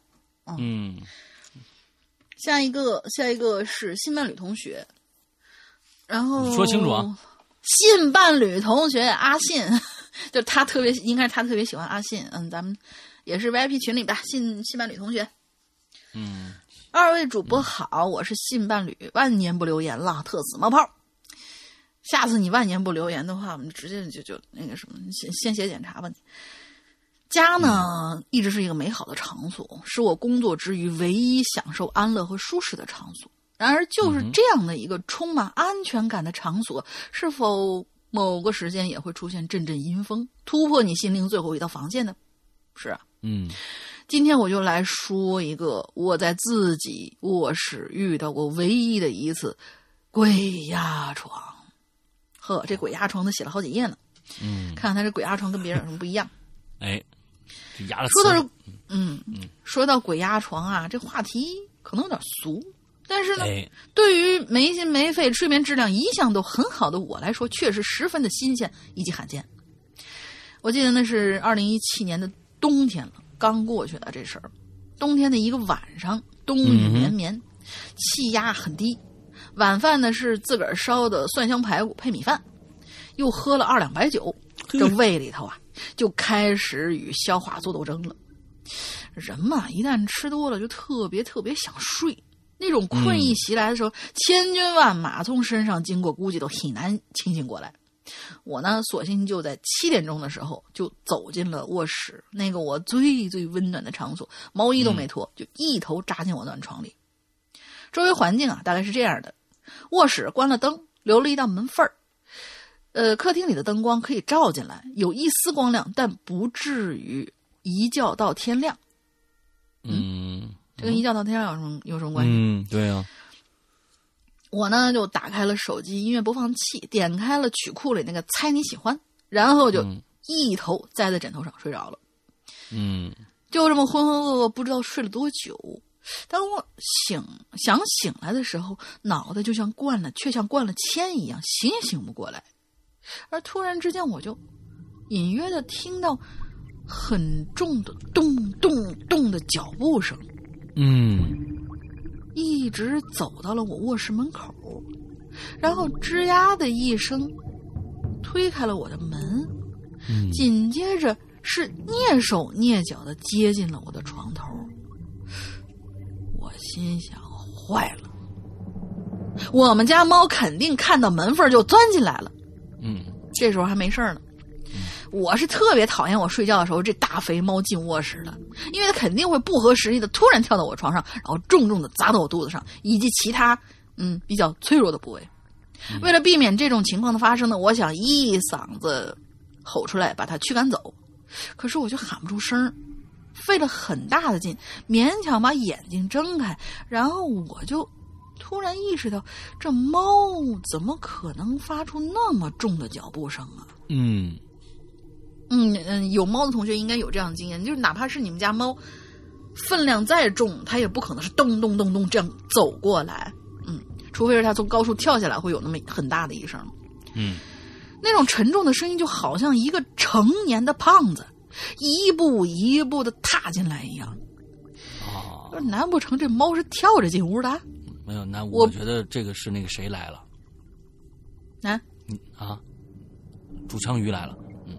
下一个是新伴侣同学，然后说清楚啊。 新伴侣同学阿信，就他应该是他特别喜欢阿信。咱们也是 VIP 群里的新伴侣同学。二位主播好，我是新伴侣，万年不留言了，特此冒泡。下次你万年不留言的话，我们直接就那个什么，先写检查吧。家呢，一直是一个美好的场所，是我工作之余唯一享受安乐和舒适的场所。然而，就是这样的一个充满安全感的场所，是否某个时间也会出现阵阵阴风，突破你心灵最后一道防线呢？是啊，今天我就来说一个我在自己卧室遇到过唯一的一次鬼压床。呵，这鬼压床他写了好几页呢。看看他这鬼压床跟别人有什么不一样。 哎，这压了。 说到鬼压床啊，这话题可能有点俗，但是呢，对于没心没肺、睡眠质量一向都很好的我来说，确实十分的新鲜以及罕见。我记得那是2017年的冬天了，刚过去的这事儿。冬天的一个晚上，冬雨绵绵，气压很低。晚饭呢是自个儿烧的蒜香排骨配米饭，又喝了2两白酒，这胃里头啊就开始与消化做斗争了。人嘛，一旦吃多了就特别想睡，那种困意袭来的时候，千军万马从身上经过，估计都很难清醒过来。我呢，索性就在7点钟的时候就走进了卧室，那个我最温暖的场所，毛衣都没脱，就一头扎进我暖床里。周围环境啊，大概是这样的：卧室关了灯，留了一道门缝儿。客厅里的灯光可以照进来，有一丝光亮，但不至于一觉到天亮。这跟一觉到天亮有什么关系？ 对啊。 我呢就打开了手机音乐播放器，点开了曲库里那个猜你喜欢，然后就一头栽在枕头上睡着了。就这么浑浑噩噩，不知道睡了多久。当我想醒来的时候，脑袋就像却像灌了铅一样，醒也醒不过来。而突然之间，我就隐约的听到很重的咚咚咚的脚步声。一直走到了我卧室门口，然后吱呀的一声推开了我的门，紧接着是蹑手蹑脚的接近了我的床头。我心想，坏了， 我们家猫肯定看到门缝就钻进来了。这时候还没事呢。我是特别讨厌我睡觉的时候这大肥猫进卧室的，因为它肯定会不合时宜的突然跳到我床上，然后重重的砸到我肚子上以及其他比较脆弱的部位。为了避免这种情况的发生呢，我想一嗓子吼出来把它驱赶走，可是我就喊不出声，费了很大的劲，勉强把眼睛睁开，然后我就突然意识到，这猫怎么可能发出那么重的脚步声啊？有猫的同学应该有这样的经验，就是哪怕是你们家猫分量再重，它也不可能是咚咚咚咚这样走过来，除非是它从高处跳下来会有那么很大的一声。那种沉重的声音就好像一个成年的胖子一步一步的踏进来一样。难不成这猫是跳着进屋的？ 没有，那我觉得这个是那个谁来了？主枪鱼来了。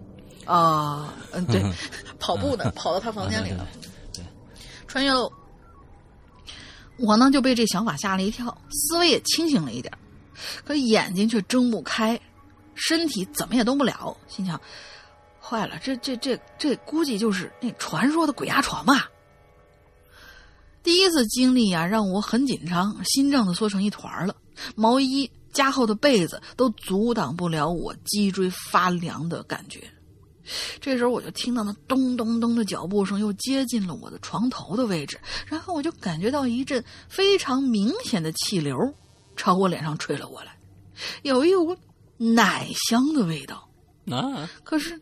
对，跑步的跑到他房间里了。 对， 穿越喽。我呢就被这想法吓了一跳，思维也清醒了一点，可眼睛却睁不开，身体怎么也动不了。心想，坏了，这估计就是那传说的鬼压床吧。第一次经历啊，让我很紧张，心脏都缩成一团了，毛衣加厚的被子都阻挡不了我脊椎发凉的感觉。这时候我就听到那咚咚咚的脚步声又接近了我的床头的位置，然后我就感觉到一阵非常明显的气流朝我脸上吹了过来，有一股奶香的味道可是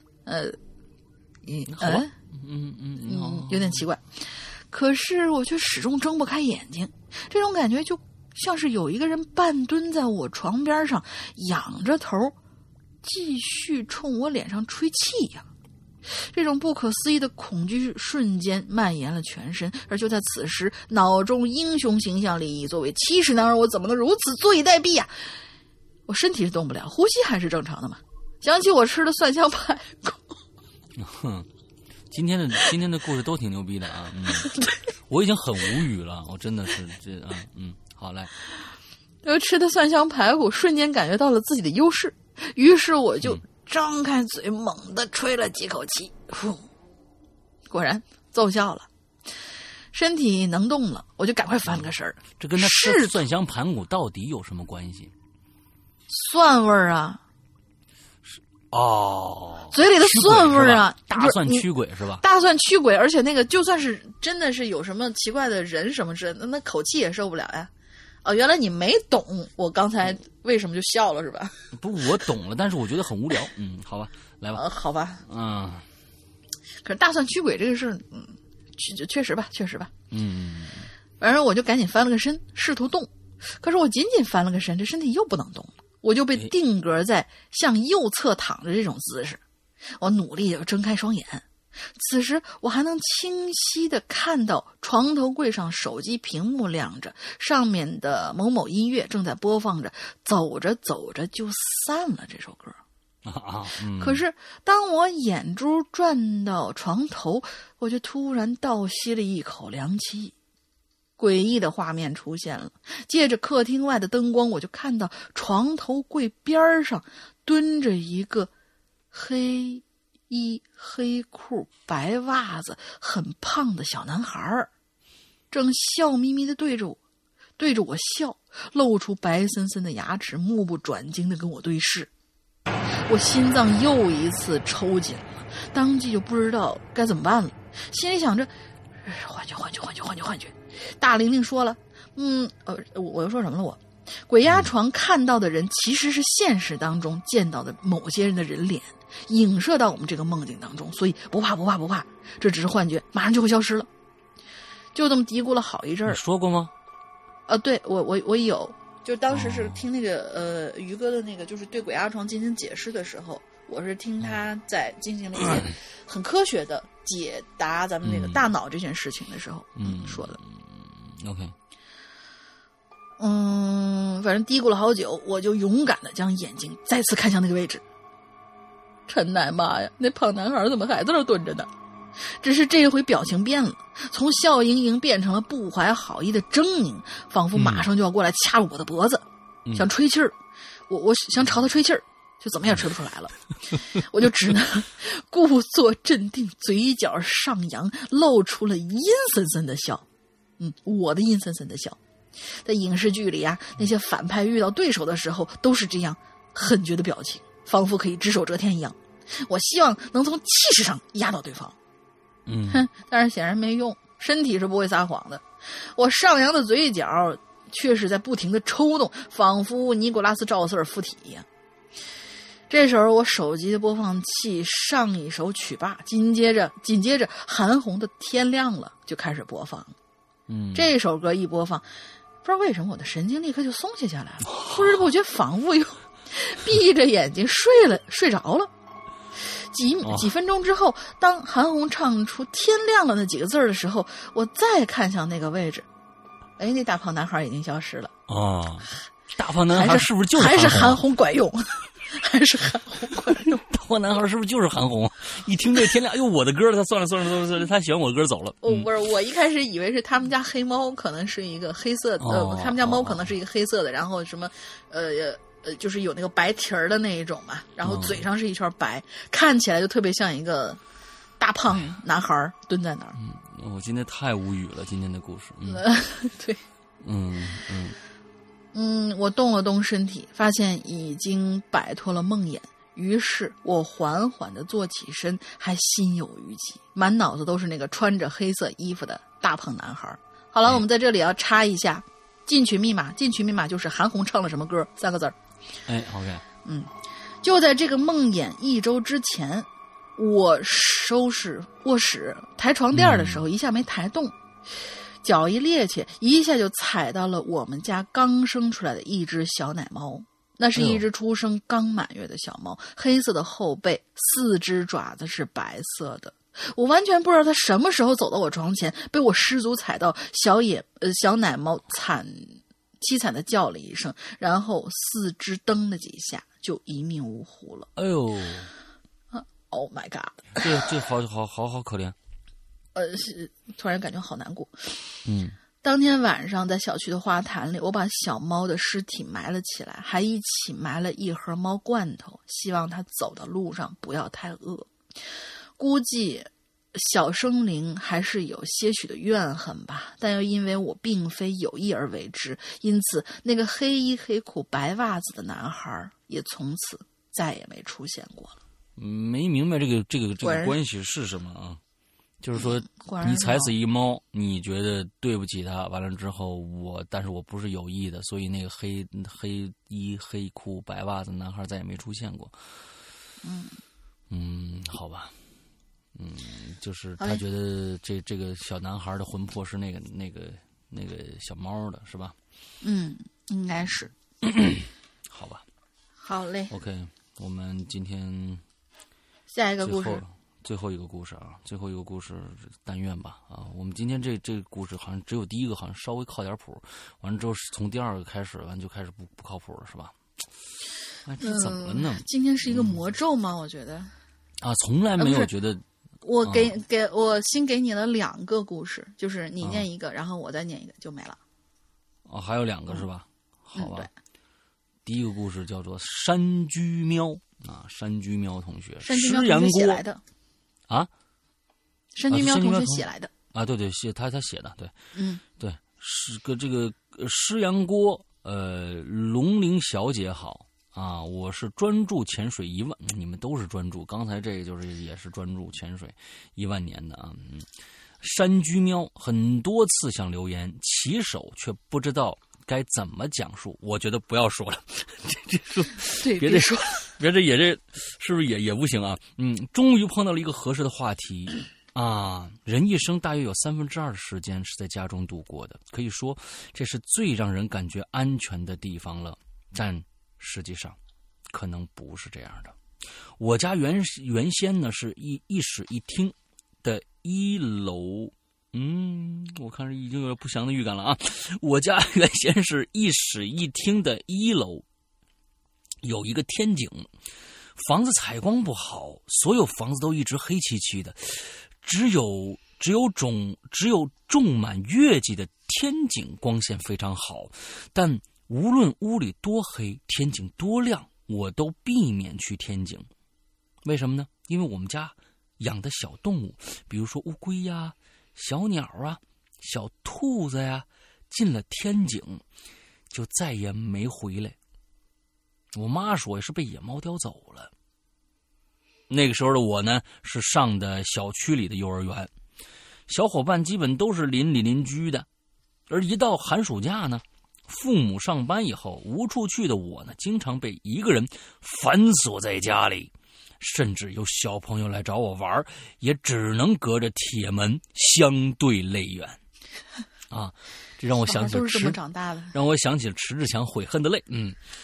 有点奇怪，可是我却始终睁不开眼睛，这种感觉就像是有一个人半蹲在我床边上，仰着头继续冲我脸上吹气呀！这种不可思议的恐惧瞬间蔓延了全身，而就在此时，脑中英雄形象里，作为70男儿，我怎么能如此坐以待毙呀？我身体是动不了，呼吸还是正常的嘛。想起我吃的蒜香排骨， 今天的故事都挺牛逼的啊！我已经很无语了，我真的是好来， 吃的蒜香排骨瞬间感觉到了自己的优势。于是我就张开嘴猛地吹了几口气，果然奏效了，身体能动了，我就赶快翻了个身儿。 这跟他吃蒜香排骨到底有什么关系？ 蒜味儿啊！嘴里的蒜味儿啊！ 大蒜驱鬼是吧？ 大蒜驱鬼，而且那个就算是真的是有什么奇怪的人什么之类的，那口气也受不了呀。原来你没懂我刚才为什么就笑了是吧？ 不，我懂了，但是我觉得很无聊。好吧，来吧。 好吧。可是大蒜驱鬼这个事儿，确实吧。反正我就赶紧翻了个身，试图动。可是我仅仅翻了个身，这身体又不能动了，我就被定格在向右侧躺着这种姿势。我努力地睁开双眼。此时我还能清晰地看到床头柜上手机屏幕亮着，上面的某某音乐正在播放着走着走着就散了这首歌。可是当我眼珠转到床头，我就突然倒吸了一口凉气。诡异的画面出现了，借着客厅外的灯光，我就看到床头柜边上蹲着一个黑衣黑裤白袜子很胖的小男孩，正笑眯眯地对着我笑，露出白森森的牙齿，目不转睛地跟我对视。我心脏又一次抽紧了，当即就不知道该怎么办了，心里想着幻觉。大玲玲说了，我又说什么了？鬼压床看到的人其实是现实当中见到的某些人的人脸，影射到我们这个梦境当中，所以不怕，这只是幻觉，马上就会消失了。就这么嘀咕了好一阵儿。 你说过吗？ 对，我有，就当时是听那个于哥的那个就是对鬼压床进行解释的时候，我是听他在进行了一些很科学的解答咱们那个大脑这件事情的时候说的。 OK。 反正嘀咕了好久，我就勇敢地将眼睛再次看向那个位置。陈奶妈呀，那胖男孩怎么还在那蹲着呢？只是这回表情变了，从笑盈盈变成了不怀好意的狰狞，仿佛马上就要过来掐我的脖子。 想吹气儿，我想朝他吹气儿，就怎么也吹不出来了，我就只能故作镇定，嘴角上扬，露出了阴森森的笑。我的阴森森的笑。在影视剧里啊，那些反派遇到对手的时候都是这样狠绝的表情，仿佛可以只手遮天一样。我希望能从气势上压倒对方。但是显然没用，身体是不会撒谎的。我上扬的嘴角却是在不停的抽动，仿佛尼古拉斯赵四儿附体一样。这时候我手机的播放器上一首曲罢，紧接着韩红的《天亮了》就开始播放。这首歌一播放，不知道为什么我的神经立刻就松懈下来了，不知不觉仿佛又闭着眼睛睡着了。几分钟之后，当韩红唱出天亮了那几个字的时候，我再看向那个位置，那大胖男孩已经消失了。 大胖男孩是不是就是还是韩红管用？还是韩红管用？ 大胖男孩是不是就是韩红？一听这天亮，我的歌他算了，他喜欢我的歌走了。 不是，我一开始以为是他们家黑猫可能是一个黑色的，他们家猫可能是一个黑色的，然后什么就是有那个白蹄儿的那一种嘛，然后嘴上是一圈白，看起来就特别像一个大胖男孩蹲在那儿。 我今天太无语了，今天的故事。 对。我动了动身体，发现已经摆脱了梦魇，于是我缓缓地坐起身，还心有余悸，满脑子都是那个穿着黑色衣服的大胖男孩。好了，我们在这里要插一下进群密码就是韩红唱了什么歌3个字儿。 OK。 就在这个梦魇1周之前，我收拾卧室抬床垫的时候，一下没抬动，脚一趔趄，一下就踩到了我们家刚生出来的一只小奶猫。那是一只出生刚满月的小猫，黑色的后背，4只爪子是白色的。我完全不知道它什么时候走到我床前，被我失足踩到，小奶猫凄惨的叫了一声，然后4只蹬了几下，就一命呜呼了。Oh my god！ 这好可怜。 突然感觉好难过。当天晚上在小区的花坛里，我把小猫的尸体埋了起来，还一起埋了一盒猫罐头，希望它走的路上不要太饿。估计小生灵还是有些许的怨恨吧，但又因为我并非有意而为之，因此那个黑衣黑裤白袜子的男孩也从此再也没出现过了。 没明白这个关系是什么啊？就是说，你踩死一猫，你觉得对不起它，完了之后但是我不是有意的，所以那个黑衣黑裤白袜子男孩再也没出现过。好吧。就是他觉得这个小男孩的魂魄是那个小猫的，是吧？ 应该是。 好吧。 好嘞。 OK， 我们今天下一个故事。 最后一个故事啊，但愿吧啊！我们今天这个故事好像只有第一个好像稍微靠点谱，完了之后从第二个开始，完就开始不靠谱了，是吧？这怎么了呢？ 今天是一个魔咒吗？我觉得啊，从来没有觉得。 我我新给你了2个故事，就是你念一个，然后我再念一个，就没了。 还有2个是吧？好吧。 对。 第一个故事叫做山居喵啊，山居喵同学， 山居喵同学写来的。山居喵同学写来的啊，对，他写的，对，对，是个这个湿阳锅，龙鳞小姐好啊，我是专注潜水1万，你们都是专注，刚才这个就是也是专注潜水1万年的啊，山居喵很多次想留言，起手却不知道该怎么讲述，我觉得不要说了，这说对， 别说，别这是不是也不行啊？终于碰到了一个合适的话题啊！人一生大约有2/3的时间是在家中度过的，可以说这是最让人感觉安全的地方了。但实际上，可能不是这样的。我家原先呢是一室一厅的1楼。我看着已经有点不祥的预感了啊！我家原先是一室一厅的1楼，有一个天井，房子采光不好，所有房子都一直黑漆漆的，只有种满月季的天井光线非常好，但无论屋里多黑，天井多亮，我都避免去天井。为什么呢？因为我们家养的小动物，比如说乌龟呀、小鸟啊、小兔子呀，进了天井就再也没回来。我妈说是被野猫叼走了。那个时候的我呢，是上的小区里的幼儿园，小伙伴基本都是邻里邻居的。而一到寒暑假呢，父母上班以后无处去的我呢，经常被一个人反锁在家里，甚至有小朋友来找我玩，也只能隔着铁门相对泪远。啊，这让我想起都是这么长大的， 让我想起了迟志强悔恨的泪。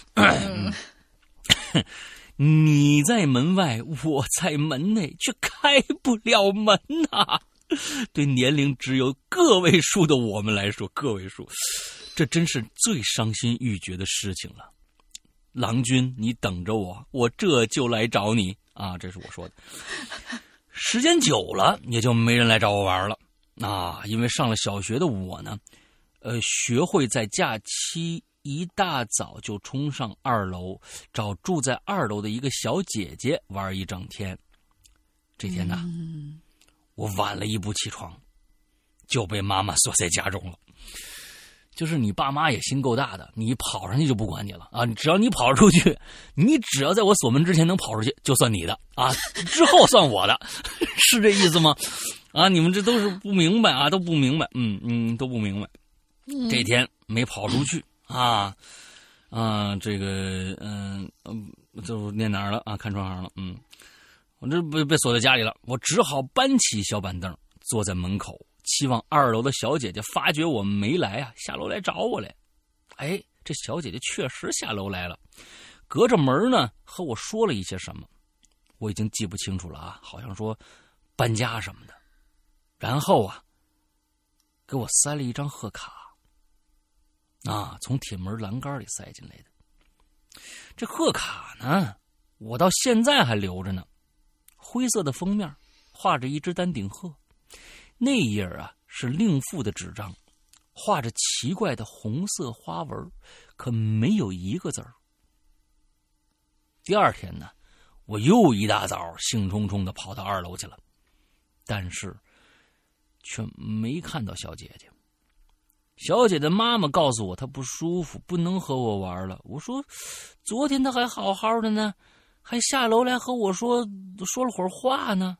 你在门外，我在门内，却开不了门啊！对年龄只有个位数的我们来说，个位数，这真是最伤心欲绝的事情了。郎君，你等着我，我这就来找你啊！这是我说的。时间久了，也就没人来找我玩了啊！因为上了小学的我呢，学会在假期一大早就冲上2楼，找住在2楼的一个小姐姐玩一整天。这天呢，我晚了1步起床，就被妈妈锁在家中了。就是你爸妈也心够大的，你跑上去就不管你了啊！只要你跑出去，你只要在我锁门之前能跑出去，就算你的啊，之后算我的，是这意思吗？啊，你们这都是不明白啊，都不明白，都不明白。这天没跑出去啊，这个就念哪儿了啊？看窗行了，我这被锁在家里了，我只好搬起小板凳坐在门口，期望2楼的小姐姐发觉我没来啊，下楼来找我来。哎，这小姐姐确实下楼来了，隔着门呢和我说了一些什么，我已经记不清楚了啊，好像说搬家什么的。然后啊，给我塞了一张贺卡啊，从铁门栏杆里塞进来的。这贺卡呢，我到现在还留着呢，灰色的封面，画着一只丹顶鹤。那页啊是另附的纸张，画着奇怪的红色花纹，可没有一个字儿。第二天呢，我又一大早兴冲冲地跑到2楼去了，但是却没看到小姐姐。小姐的妈妈告诉我她不舒服，不能和我玩了。我说昨天她还好好的呢，还下楼来和我说了会儿话呢。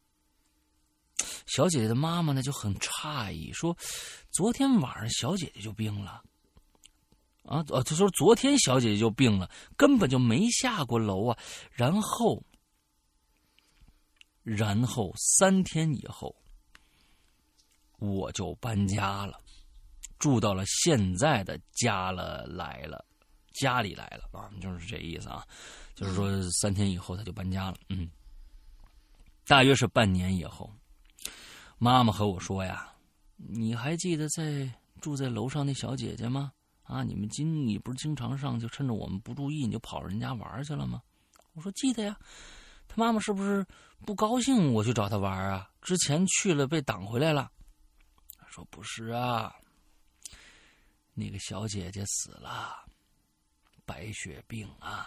小姐姐的妈妈呢就很诧异，说昨天晚上小姐姐就病了啊，她说昨天小姐姐就病了，根本就没下过楼啊。然后3天以后我就搬家了，住到了现在的家里来了啊，就是这意思啊，就是说3天以后他就搬家了。大约是半年以后，妈妈和我说呀，你还记得住在楼上那小姐姐吗？啊，你不是经常上，就趁着我们不注意你就跑人家玩去了吗？我说记得呀。他妈妈是不是不高兴我去找他玩啊？之前去了被挡回来了。他说不是啊，那个小姐姐死了，白血病啊。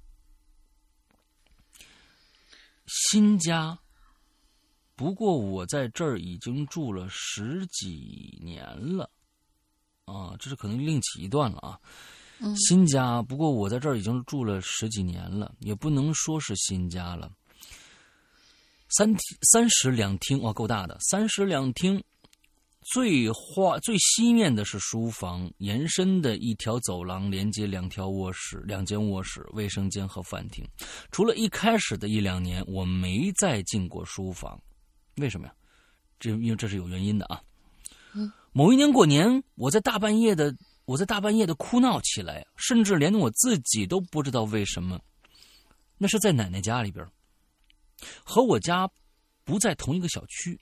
新家，不过我在这儿已经住了10几年了啊，这是可能另起一段了啊。新家，不过我在这儿已经住了10几年了，也不能说是新家了。3室2厅，哇，够大的。3室2厅，最西面的是书房，延伸的一条走廊连接2间卧室、卫生间和饭厅。除了一开始的1-2年，我没再进过书房。为什么呀？因为这是有原因的啊。某一年过年，我在大半夜的哭闹起来，甚至连我自己都不知道为什么。那是在奶奶家里边，和我家不在同一个小区。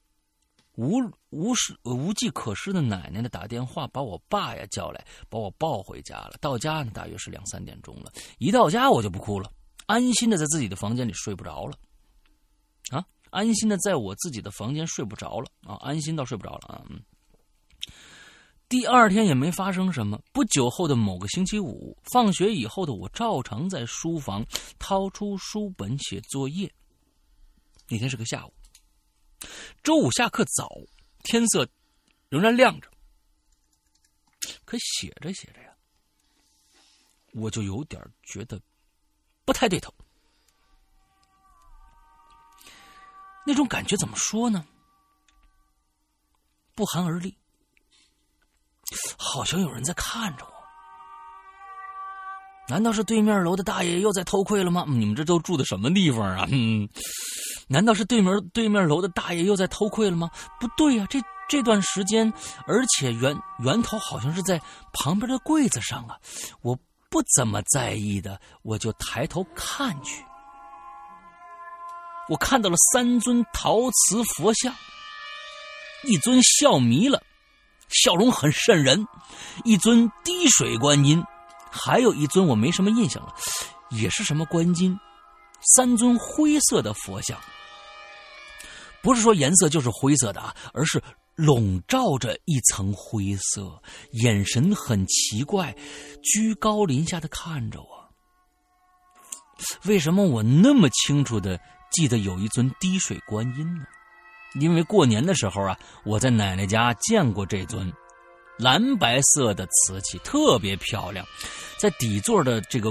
无计可施的奶奶呢，打电话把我爸呀叫来，把我抱回家了。到家呢，大约是2-3点钟了。一到家我就不哭了，安心的在自己的房间里睡不着了。安心的在我自己的房间睡不着了啊，安心到睡不着了啊。 第二天也没发生什么。不久后的某个星期五，放学以后的我照常在书房掏出书本写作业。那天是个下午，周五下课早，天色仍然亮着。可写着写着呀，我就有点觉得不太对头。那种感觉怎么说呢？不寒而栗，好像有人在看着我。难道是对面楼的大爷又在偷窥了吗？你们这都住的什么地方啊？难道是对面楼的大爷又在偷窥了吗？不对呀，这段时间，而且源头好像是在旁边的柜子上啊。我不怎么在意的，我就抬头看去。我看到了3尊陶瓷佛像，一尊笑迷了，笑容很瘆人；一尊滴水观音，还有一尊我没什么印象了，也是什么观音。3尊灰色的佛像，不是说颜色就是灰色的啊，而是笼罩着一层灰色，眼神很奇怪，居高临下的看着我。为什么我那么清楚的记得有一尊滴水观音呢？因为过年的时候啊，我在奶奶家见过这尊蓝白色的瓷器，特别漂亮。在底座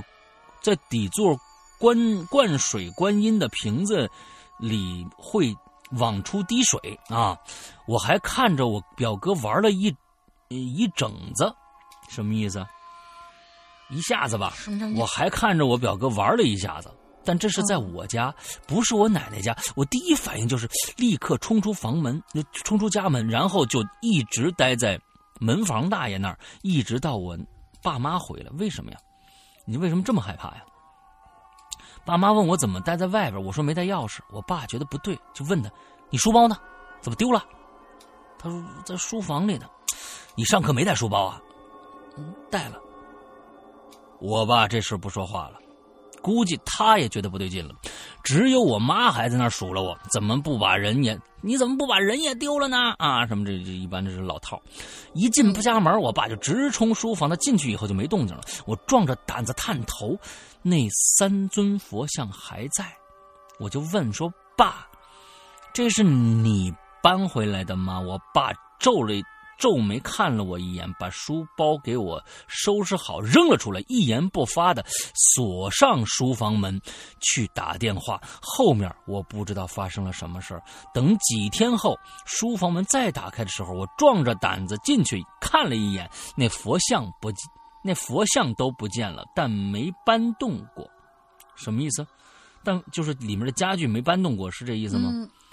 灌水观音的瓶子里会往出滴水啊！我还看着我表哥玩了一整子，什么意思？一下子吧。我还看着我表哥玩了一下子。但这是在我家，不是我奶奶家。我第一反应就是立刻冲出家门，然后就一直待在门房大爷那儿，一直到我爸妈回来。为什么呀？你为什么这么害怕呀？爸妈问我怎么待在外边，我说没带钥匙。我爸觉得不对，就问他：“你书包呢？怎么丢了？”他说：“在书房里呢。”你上课没带书包啊？带了。我爸这时不说话了。估计他也觉得不对劲了，只有我妈还在那儿数落我，你怎么不把人也丢了呢？啊，什么这一般这是老套。一进不家门，我爸就直冲书房，他进去以后就没动静了。我壮着胆子探头，那3尊佛像还在，我就问说：“爸，这是你搬回来的吗？”我爸皱眉看了我一眼，把书包给我收拾好扔了出来，一言不发的锁上书房门去打电话。后面我不知道发生了什么事儿。等几天后书房门再打开的时候，我壮着胆子进去看了一眼，那佛像都不见了，但没搬动过。什么意思？但就是里面的家具没搬动过，是这意思吗？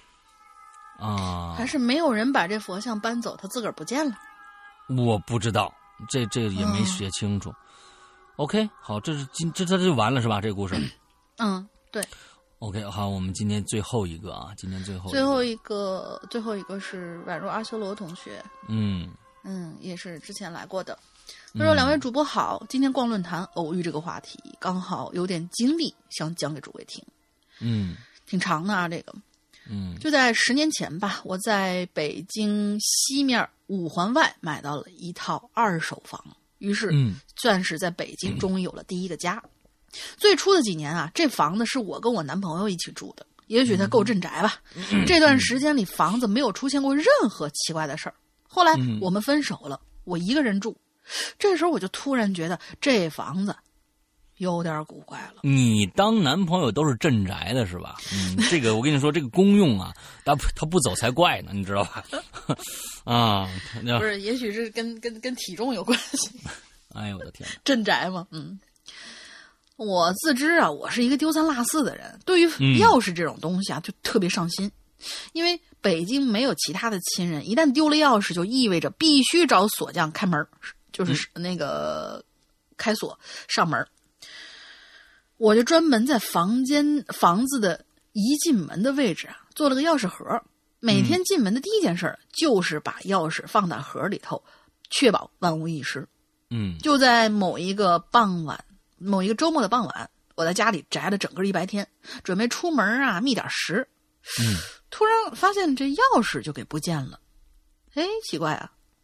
还是没有人把这佛像搬走，他自个儿不见了？ 我不知道，这也没写清楚。OK， 好，这就完了是吧？这个故事。 对。 OK， 好，我们今天最后一个啊，最后一个是宛若阿修罗同学。也是之前来过的。他说：“2位主播好，今天逛论坛偶遇这个话题，刚好有点经历想讲给诸位听。挺长的啊，这个。就在10年前吧，我在北京西面5环外买到了一套2手房，于是算是在北京终于有了第一个家。最初的几年啊，这房子是我跟我男朋友一起住的，也许它够镇宅吧。这段时间里，房子没有出现过任何奇怪的事儿。后来我们分手了，我一个人住，这时候我就突然觉得这房子有点古怪了。你当男朋友都是镇宅的是吧？这个我跟你说，这个功用啊，他不走才怪呢，你知道吧？啊，不是，也许是跟体重有关系。哎呦我的天，镇宅嘛，我自知啊，我是一个丢三落四的人，对于钥匙这种东西啊，就特别上心。因为北京没有其他的亲人，一旦丢了钥匙，就意味着必须找锁匠开门，就是那个开锁上门。我就专门在房子的一进门的位置啊，做了个钥匙盒。每天进门的第一件事就是把钥匙放在盒里头，确保万无一失。就在某一个周末的傍晚，我在家里宅了整个一白天，准备出门啊觅点食。突然发现这钥匙就给不见了。奇怪啊，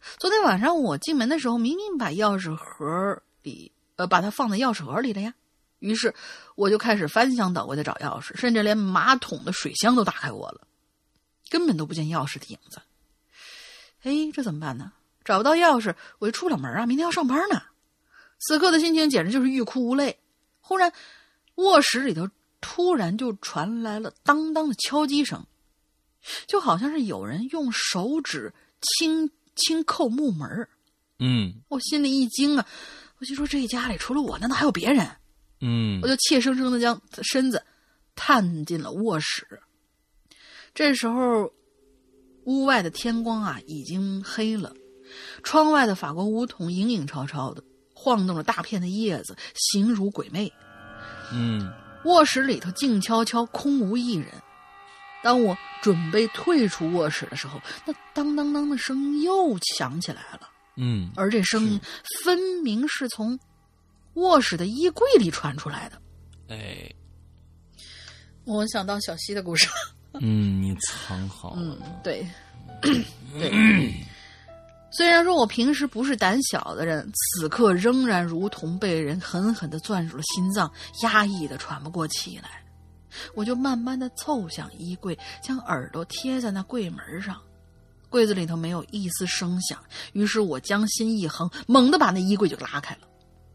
昨天晚上我进门的时候，明明把钥匙盒里，把它放在钥匙盒里了呀。于是我就开始翻箱倒柜的找钥匙，甚至连马桶的水箱都打开过了，根本都不见钥匙的影子。这怎么办呢？找不到钥匙，我就出不了门啊！明天要上班呢。此刻的心情简直就是欲哭无泪。忽然，卧室里头突然就传来了当当的敲击声，就好像是有人用手指轻扣木门。我心里一惊啊！我就说这家里除了我，难道还有别人？我就怯生生的将身子探进了卧室。这时候，屋外的天光啊已经黑了，窗外的法国梧桐影影绰绰的晃动着大片的叶子，形如鬼魅。卧室里头静悄悄，空无一人。当我准备退出卧室的时候，那当当当的声音又响起来了。而这声音分明是从卧室的衣柜里传出来的。我想到小溪的故事了。 你藏好了。 对。虽然说我平时不是胆小的人，此刻仍然如同被人狠狠地攥住了心脏，压抑的喘不过气来。我就慢慢的凑向衣柜，将耳朵贴在那柜门上。柜子里头没有一丝声响，于是我将心一横，猛地把那衣柜就拉开了。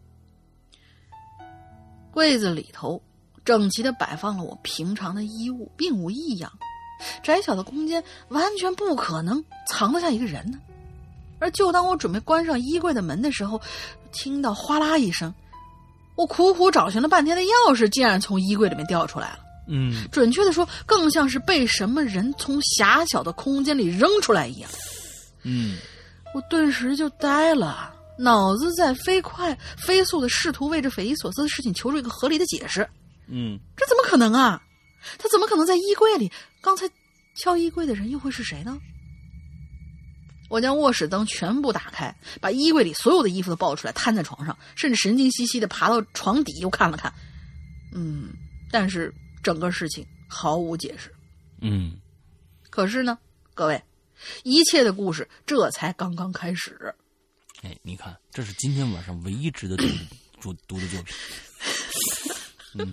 柜子里头整齐地摆放了我平常的衣物，并无异样。窄小的空间完全不可能藏得下一个人呢。而就当我准备关上衣柜的门的时候，听到哗啦一声，我苦苦找寻了半天的钥匙竟然从衣柜里面掉出来了。准确的说，更像是被什么人从狭小的空间里扔出来一样。我顿时就呆了，脑子在飞快飞速的试图为这匪夷所思的事情求出一个合理的解释。这怎么可能啊？他怎么可能在衣柜里？刚才敲衣柜的人又会是谁呢？我将卧室灯全部打开，把衣柜里所有的衣服都抱出来摊在床上，甚至神经兮兮的爬到床底又看了看。但是整个事情毫无解释。可是呢，各位，一切的故事这才刚刚开始。 你看，这是今天晚上唯一值得读的作品。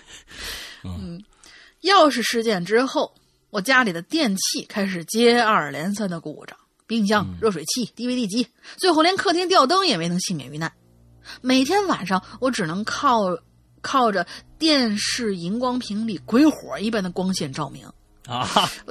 钥匙事件之后，我家里的电器开始接二连三的故障，冰箱、热水器、DVD 机，最后连客厅吊灯也没能幸免于难。每天晚上我只能靠着电视荧光屏里鬼火一般的光线照明啊！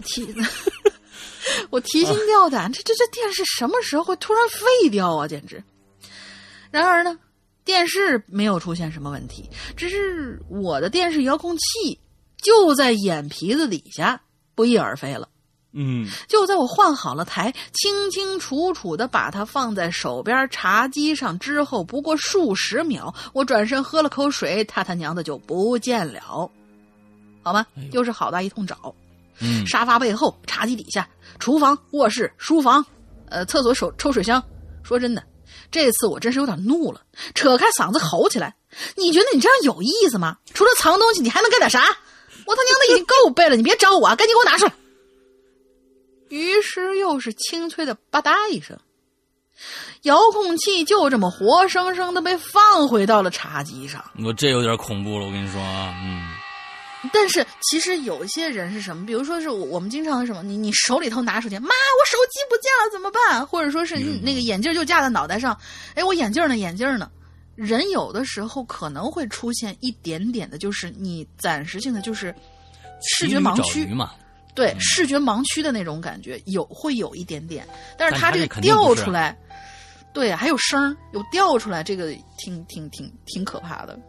我提心吊胆，这电视什么时候会突然废掉啊？简直！然而呢，电视没有出现什么问题，只是我的电视遥控器就在眼皮子底下不翼而飞了。就在我换好了台，清清楚楚的把它放在手边茶几上之后，不过数十秒，我转身喝了口水，他娘的就不见了。好吗？又是好大一通找。沙发背后、茶几底下、厨房、卧室、书房，厕所抽水箱。说真的，这次我真是有点怒了，扯开嗓子吼起来：你觉得你这样有意思吗？除了藏东西，你还能干点啥？我他娘的已经够背了，你别找我啊，赶紧给我拿出来！于是又是清脆的吧嗒一声，遥控器就这么活生生的被放回到了茶几上。 我这有点恐怖了，我跟你说啊。 但是其实有一些人是什么，比如说是我们经常什么，你手里头拿手机，妈，我手机不见了怎么办？或者说是那个眼镜就架在脑袋上，我眼镜呢？人有的时候可能会出现一点点的，就是你暂时性的就是视觉盲区嘛。 对，视觉盲区的那种感觉会有一点点，但是它这个掉出来，对，还有声有掉出来，这个挺可怕的。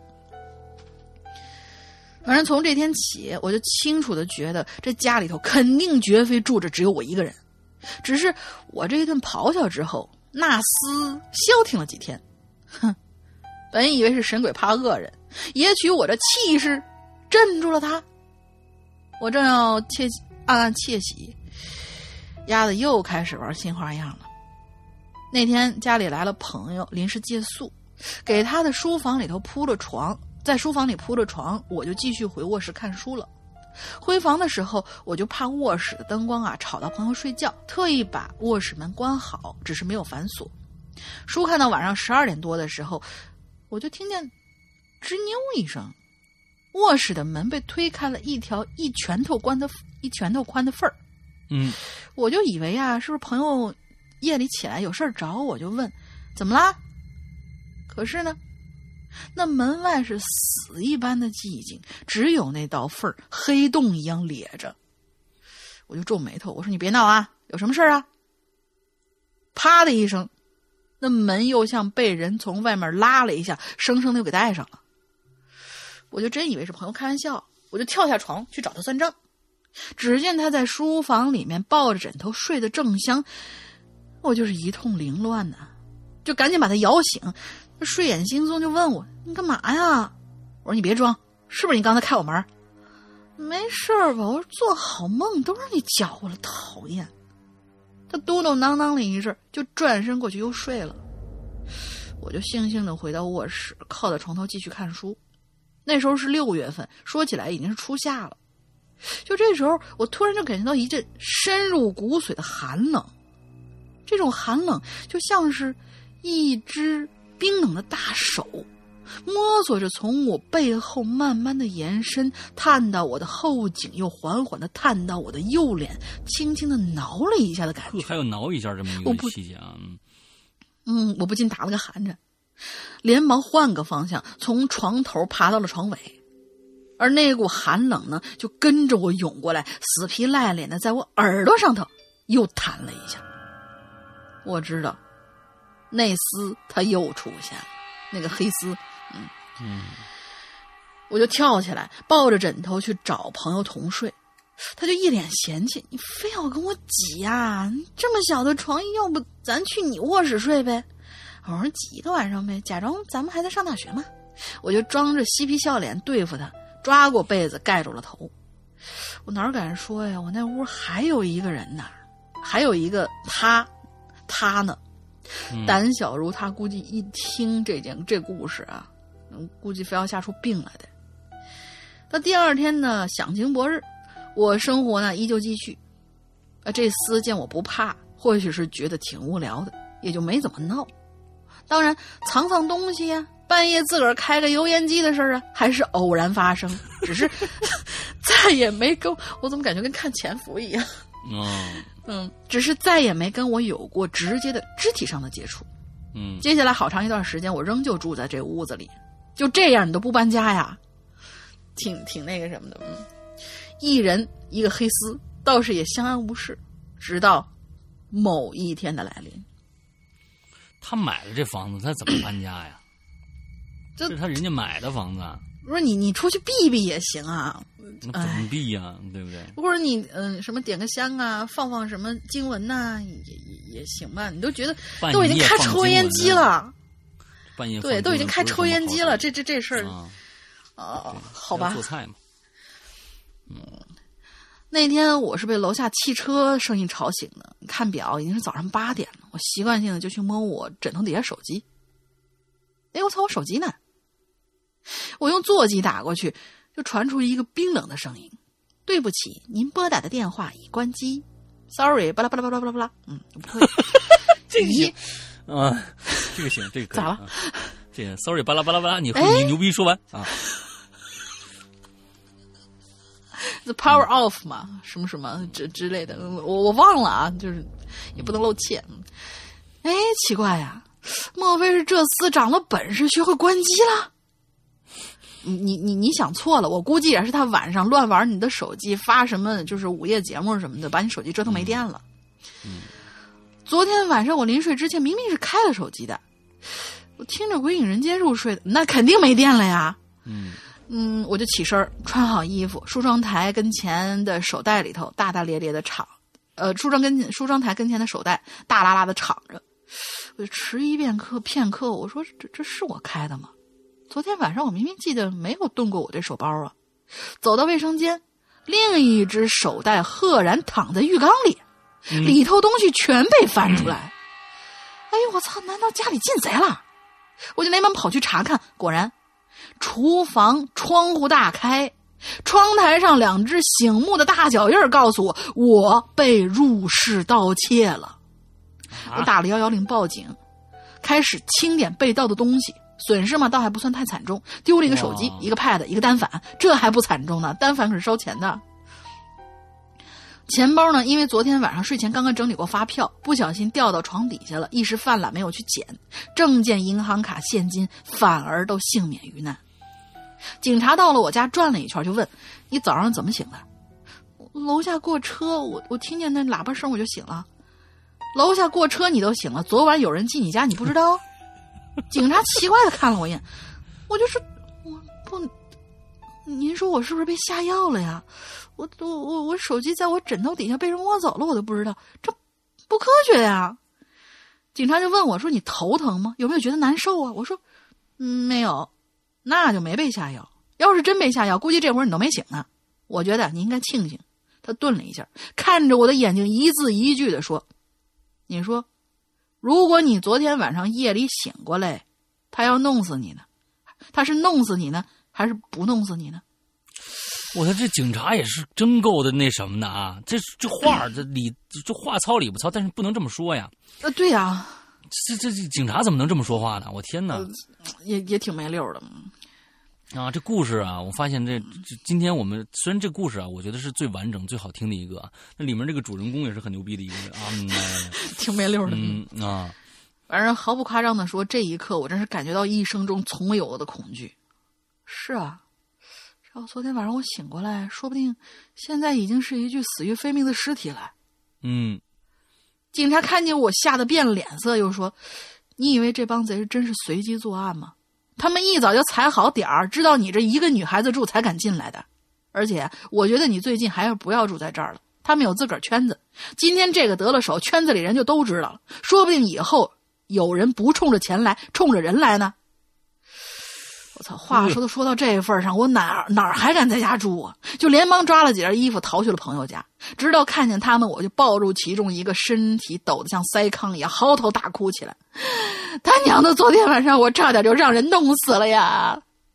反正从这天起，我就清楚的觉得这家里头肯定绝非住着只有我一个人。只是我这一顿咆哮之后，纳斯消停了几天。本以为是神鬼怕恶人，也许我这气势镇住了他。我正要暗暗窃喜，鸭子又开始玩新花样了。那天家里来了朋友，临时借宿，给他的书房里头铺了床，在书房里铺了床，我就继续回卧室看书了。 回房的时候，我就怕卧室的灯光啊吵到朋友睡觉，特意把卧室门关好，只是没有反锁。书看到晚上12点多的时候，我就听见吱扭一声，卧室的门被推开了一拳头宽的缝儿。我就以为啊，是不是朋友夜里起来有事儿找我，就问怎么啦？可是呢，那门外是死一般的寂静，只有那道缝儿黑洞一样咧着。我就皱眉头，我说你别闹啊，有什么事啊？啪的一声，那门又像被人从外面拉了一下，生生的又给带上了。我就真以为是朋友开玩笑，我就跳下床去找他算账。只见他在书房里面抱着枕头睡得正香，我就是一通凌乱呐，就赶紧把他摇醒。他睡眼惺忪就问我你干嘛呀？我说你别装，是不是你刚才开我门？没事吧，我说做好梦都让你搅和了，讨厌。他嘟嘟囔囔了一阵，就转身过去又睡了。我就悻悻地回到卧室，靠在床头继续看书。那时候是6月份，说起来已经是初夏了。就这时候，我突然就感觉到一阵深入骨髓的寒冷。这种寒冷就像是一只冰冷的大手，摸索着从我背后慢慢的延伸，探到我的后颈，又缓缓的探到我的右脸，轻轻的挠了一下的感觉。 还有挠一下这么一个细节啊！ 我不禁打了个寒颤，连忙换个方向，从床头爬到了床尾。而那股寒冷呢，就跟着我涌过来，死皮赖脸的在我耳朵上头又弹了一下。我知道那丝它又出现了，那个黑丝。我就跳起来，抱着枕头去找朋友同睡。他就一脸嫌弃，你非要跟我挤啊，这么小的床，要不咱去你卧室睡呗。我说挤一个晚上呗，假装咱们还在上大学嘛。我就装着嬉皮笑脸对付他，抓过被子盖住了头。我哪敢说呀，我那屋还有一个人呢，还有一个他呢，胆小如他，估计一听这故事啊，估计非要吓出病来的。到第二天呢，响晴博日，我生活呢依旧继续。这厮见我不怕，或许是觉得挺无聊的，也就没怎么闹。当然藏东西呀，半夜自个儿开个油烟机的事儿啊，还是偶然发生，只是再也没跟我怎么感觉跟看潜伏一样。只是再也没跟我有过直接的肢体上的接触。接下来好长一段时间，我仍旧住在这屋子里。就这样，你都不搬家呀？挺那个什么的。一人一个黑丝，倒是也相安无事，直到某一天的来临。 他买了这房子，他怎么搬家呀？这是他人家买的房子啊。 不是你出去避避也行啊。 那怎么避呀？对不对？ 或者你什么点个香啊，放什么经文呐，也行吧。你都觉得都已经开抽烟机了， 半夜对，都已经开抽烟机了，这事儿好吧。 做菜嘛。 那天我是被楼下汽车声音吵醒的，看表已经是早上8点了，我习惯性的就去摸我枕头底下手机。我操，我手机呢？我用座机打过去，就传出一个冰冷的声音：“对不起，您拨打的电话已关机。”Sorry， 巴拉巴拉巴拉巴拉巴拉。不会， 这个行啊，这个行，这个可以。 咋了？ 这个 Sorry， 巴拉巴拉巴拉，你牛逼说完啊。 The power off 嘛，什么什么之类的，我忘了啊，就是也不能露怯。奇怪呀，莫非是这厮长了本事，学会关机了？你想错了，我估计也是他晚上乱玩你的手机，发什么就是午夜节目什么的，把你手机折腾没电了。昨天晚上我临睡之前明明是开了手机的，我听着《鬼影人间》入睡的，那肯定没电了呀。我就起身穿好衣服，梳妆台跟前的手袋里头大大咧咧的敞，梳妆台跟前的手袋大拉拉的敞着。我就迟疑片刻，我说这是我开的吗？昨天晚上我明明记得没有动过我这手包啊。走到卫生间，另一只手袋赫然躺在浴缸里，里头东西全被翻出来。哎呦我操，难道家里进贼了？我就连忙跑去查看，果然厨房窗户大开， 窗台上2只醒目的大脚印告诉我，我被入室盗窃了。我打了110报警，开始清点被盗的东西。损失嘛，倒还不算太惨重，丢了一个手机、一个 pad、一个单反，这还不惨重呢。单反可是烧钱的。钱包呢，因为昨天晚上睡前刚刚整理过发票，不小心掉到床底下了，一时犯懒没有去捡。证件、银行卡、现金反而都幸免于难。警察到了我家转了一圈，就问：“你早上怎么醒的？”楼下过车，我听见那喇叭声我就醒了。楼下过车你都醒了，昨晚有人进你家你不知道？警察奇怪的看了我一眼，我就说：“我不，您说我是不是被下药了呀？我手机在我枕头底下被人摸走了，我都不知道，这不科学呀！”警察就问我说：“你头疼吗？有没有觉得难受啊？”我说：“没有。”那就没被下药。要是真被下药，估计这会儿你都没醒呢。我觉得你应该庆幸。他顿了一下，看着我的眼睛，一字一句的说：“你说，如果你昨天晚上夜里醒过来，他要弄死你呢？他是弄死你呢，还是不弄死你呢？” 我说这警察也是真够的那什么的啊！这话这话糙理不糙，但是不能这么说呀。 对呀。 这警察怎么能这么说话呢？我天哪， 也挺没溜的啊！这故事啊，我发现这今天我们虽然这故事啊，我觉得是最完整、最好听的一个，那里面这个主人公也是很牛逼的一个人啊， 挺没溜的啊。 反正毫不夸张的说，这一刻我真是感觉到一生中从未有过的恐惧。是啊，要昨天晚上我醒过来，说不定现在已经是一具死于非命的尸体了。警察看见我吓得变了脸色，又说：“你以为这帮贼是真是随机作案吗？他们一早就踩好点儿，知道你这一个女孩子住才敢进来的。而且我觉得你最近还是不要住在这儿了，他们有自个儿圈子，今天这个得了手，圈子里人就都知道了，说不定以后有人不冲着钱来，冲着人来呢。”我操！话说都说到这份上，我哪儿还敢在家住啊？就连忙抓了几件衣服逃去了朋友家。直到看见他们，我就抱住其中一个，身体抖得像塞糠一样，嚎啕大哭起来。他娘的！昨天晚上我差点就让人弄死了呀！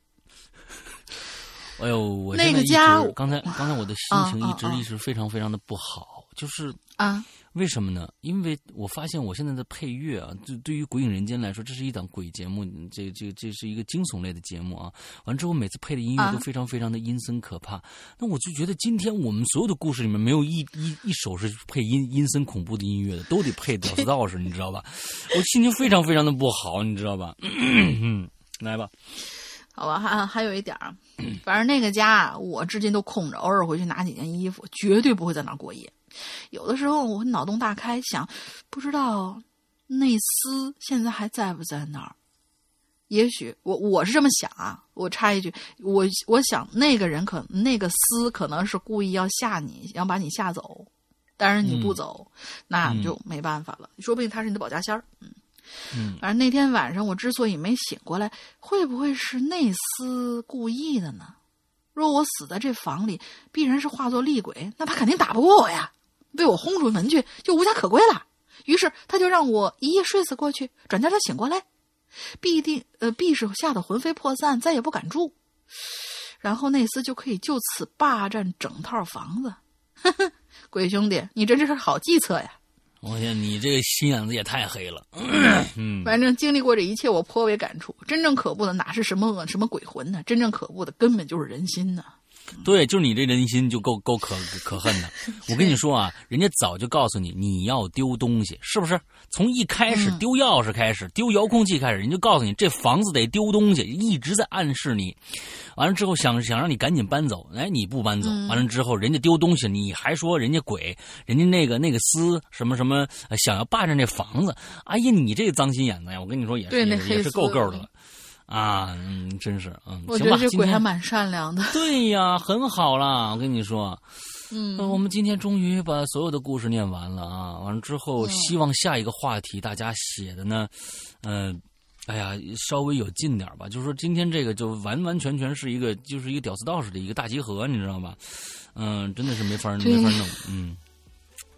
哎呦，我那个家， 刚才我的心情一直非常非常的不好，就是为什么呢？因为我发现我现在的配乐啊，对于《鬼影人间》来说，这是一档鬼节目，这是一个惊悚类的节目啊。完之后，每次配的音乐都非常非常的阴森可怕。那我就觉得今天我们所有的故事里面没有一首是配阴森恐怖的音乐的，都得配屌丝道士，你知道吧？我心情非常非常的不好，你知道吧？来吧。 好吧，还有一点儿，反正那个家我至今都空着，偶尔回去拿几件衣服，绝对不会在那儿过夜。有的时候我脑洞大开，想不知道内斯现在还在不在那儿？也许我是这么想啊。我插一句，我想那个人那个斯可能是故意要吓你，要把你吓走，但是你不走，那就没办法了。说不定他是你的保家仙儿。反正那天晚上我之所以没醒过来，会不会是内斯故意的呢？若我死在这房里，必然是化作厉鬼，那他肯定打不过我呀，被我轰出门去就无家可归了。于是他就让我一夜睡死过去，转天他醒过来，必是吓得魂飞魄散，再也不敢住。然后内斯就可以就此霸占整套房子。呵呵，鬼兄弟，你这是好计策呀！ 我天，你这个心眼子也太黑了。 反正经历过这一切，我颇为感触。真正可怖的哪是什么鬼魂呢？真正可怖的根本就是人心呢。 对，就是你这人心就够可恨的。我跟你说啊，人家早就告诉你你要丢东西，是不是？从一开始丢钥匙开始，丢遥控器开始，人就告诉你这房子得丢东西，一直在暗示你。完了之后想让你赶紧搬走，哎，你不搬走。完了之后人家丢东西，你还说人家鬼，人家那个司什么什么想要霸占这房子。哎呀，你这个脏心眼子呀！我跟你说也是够的了。啊，真是， 我觉得这鬼还蛮善良的。 对呀，很好啦，我跟你说，我们今天终于把所有的故事念完了啊！完了之后，希望下一个话题大家写的呢，哎呀，稍微有劲点吧。就是说，今天这个就完完全全是一个屌丝道士的一个大集合，你知道吧？真的是没法弄。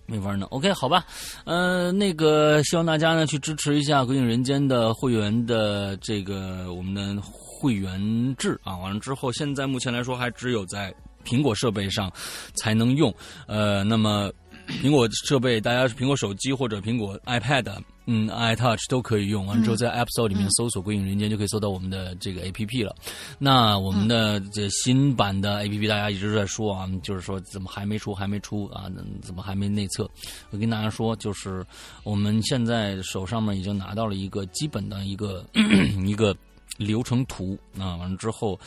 没法弄。OK， 好吧，那个希望大家呢去支持一下《鬼影人间》的会员的这个我们的会员制啊。完了之后，现在目前来说还只有在苹果设备上才能用。那么苹果设备，大家是苹果手机或者苹果 iPad。iTouch 都可以用，完之后在 App Store 里面搜索“鬼影人间”就可以搜到我们的这个 APP 了。那我们的这新版的 APP 大家一直在说啊，就是说怎么还没出啊？怎么还没内测？我跟大家说，就是我们现在手上面已经拿到了一个基本的一个流程图啊，完了之后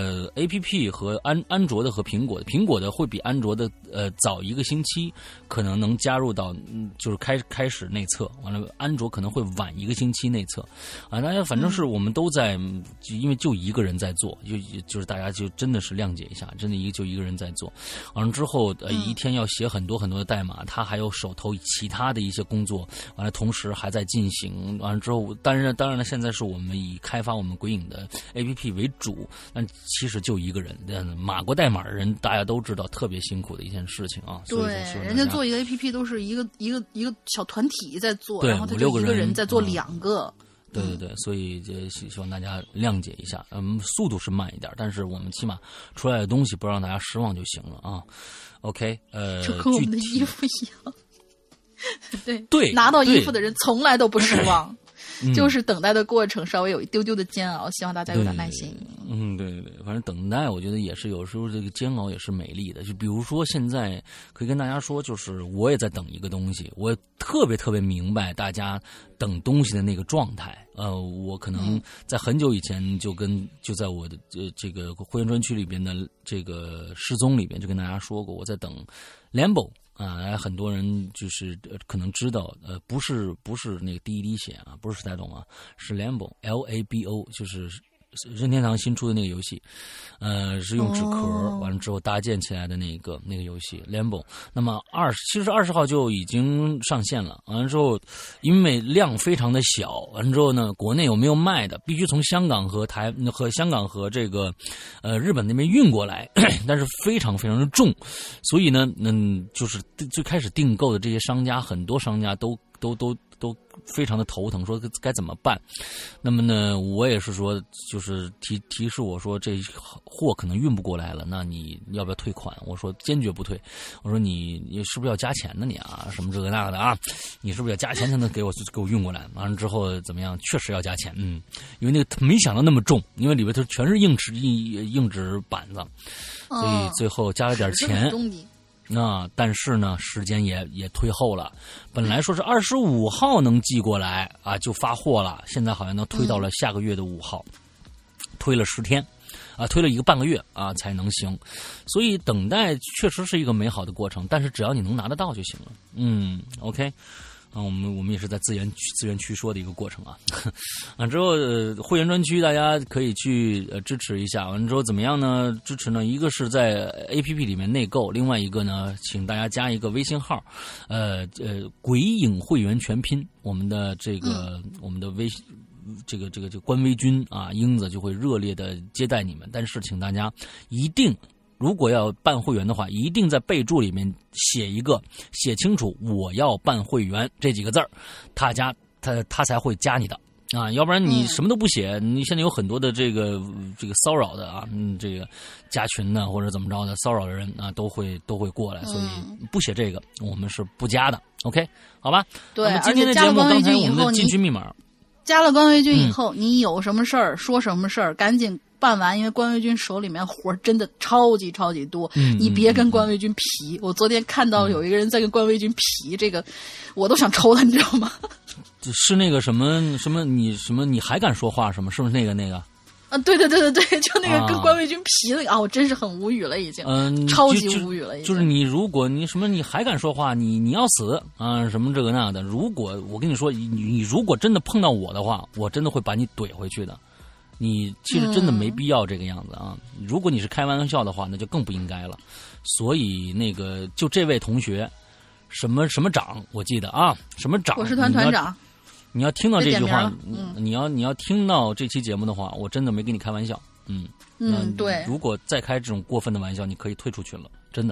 ，APP 和安卓的和苹果的会比安卓的早1个星期，可能能加入到就是开始内测，完了安卓可能会晚1个星期内测啊。大家反正是我们都在，因为就一个人在做，就是大家就真的是谅解一下，真的就一个人在做，完了之后一天要写很多很多的代码，他还有手头其他的一些工作，完了同时还在进行，完了之后当然了，现在是我们以开发我们鬼影的 APP 为主，但其实就一个人，码过代码的人大家都知道，特别辛苦的一件事情啊。 对，人家做一个 APP 都是一个小团体在做，然后他 5、6个人一个人在做2个。 对，所以就希望大家谅解一下，速度是慢一点，但是我们起码出来的东西不让大家失望就行了啊。OK， 就跟我们的衣服一样。 对， 拿到衣服的人从来都不失望。就是等待的过程稍微有一丢丢的煎熬，希望大家有点耐心。 对，反正等待我觉得也是有时候这个煎熬也是美丽的。就比如说现在可以跟大家说，就是我也在等一个东西，我特别明白大家等东西的那个状态。我可能在很久以前就在我的这个会员专区里边的这个失踪里边就跟大家说过，我在等 Lambo。很多人就是可能知道，不是那个第一滴血啊，不是时代懂啊，是 Lambo LABO， 就是任天堂新出的那个游戏，是用纸壳完了之后搭建起来的那个游戏 Lambo。那么其实20号就已经上线了，完了之后因为量非常的小，完了之后呢，国内有没有卖的，必须从香港和这个日本那边运过来，但是非常的重，所以呢，就是最开始订购的这些商家，很多商家都非常的头疼，说该怎么办。那么呢，我也是说，就是提示我说这货可能运不过来了，那你要不要退款？我说坚决不退。我说你是不是要加钱呢？你啊，什么这个那个的啊？你是不是要加钱才能给我运过来？完了之后怎么样？确实要加钱，因为那个没想到那么重，因为里边它全是硬纸板子，所以最后加了点钱。但是呢，时间也推后了。本来说是25号能寄过来啊，就发货了。现在好像能推到了下个月的5号，推了10天，推了1个半个月啊才能行。所以等待确实是一个美好的过程，但是只要你能拿得到就行了。OK。我们也是在资源区说的一个过程啊。之后会员专区大家可以去支持一下。完了之后怎么样呢？支持呢，一个是在 APP 里面内购，另外一个呢，请大家加一个微信号，鬼影会员全拼，我们的我们的这个官微君啊，英子就会热烈的接待你们。但是请大家一定，如果要办会员的话，一定在备注里面写清楚我要办会员这几个字儿，他才会加你的啊，要不然你什么都不写，你现在有很多的这个骚扰的啊，这个加群的或者怎么着的骚扰的人啊，都会过来，所以不写这个我们是不加的。OK， 好吧？ 对， 那么今天的节目刚才我们的进群密码， 加了官微君以后，你有什么事儿说什么事儿，赶紧办完，因为关微君手里面活真的超级多，你别跟关微君皮。我昨天看到有一个人在跟关微君皮，这个我都想抽他，你知道吗？ 是那个什么你还敢说话什么？是不是那个？ 啊，对，就那个跟关微君皮那个我真是很无语了，已经，超级无语了，已经。就是你如果你还敢说话，你要死啊，什么这个那的。如果我跟你说，你如果真的碰到我的话，我真的会把你怼回去的。你其实真的没必要这个样子啊！如果你是开玩笑的话，那就更不应该了。所以就这位同学，什么长，我记得啊，什么长， 我是团长。 你要听到这句话，你要听到这期节目的话，我真的没跟你开玩笑。 对。 如果再开这种过分的玩笑，你可以退出群了，真的。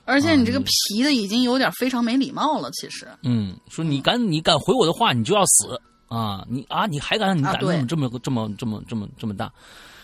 而且你这个皮的已经有点非常没礼貌了，其实。 说你敢回我的话，你就要死啊！你还敢这么大？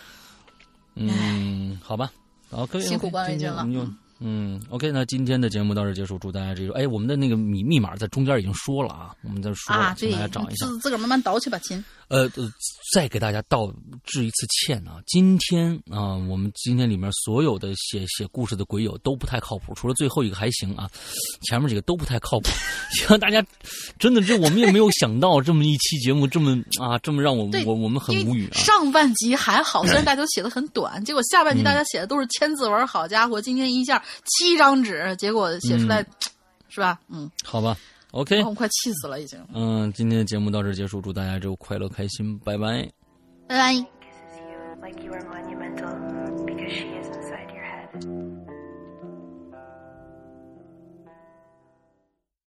好吧，好，可以， 辛苦关伟军了。 OK， 那今天的节目到这结束，祝大家这个，我们的那个密码在中间已经说了啊，我们再说了，请大家找一下， 自个儿慢慢倒去吧，亲。 再给大家致一次歉啊！今天啊，我们今天里面所有的写故事的鬼友都不太靠谱，除了最后一个还行啊，前面几个都不太靠谱。希望大家真的我们也没有想到这么一期节目这么让我们很无语啊。 上半集还好，虽然大家都写的很短，结果下半集大家写的都是千字文，好家伙，今天一下7张纸，结果写出来，是吧？ 好吧。OK， 我快气死了已经。 今天的节目到这结束，祝大家就快乐开心，拜拜， 拜拜。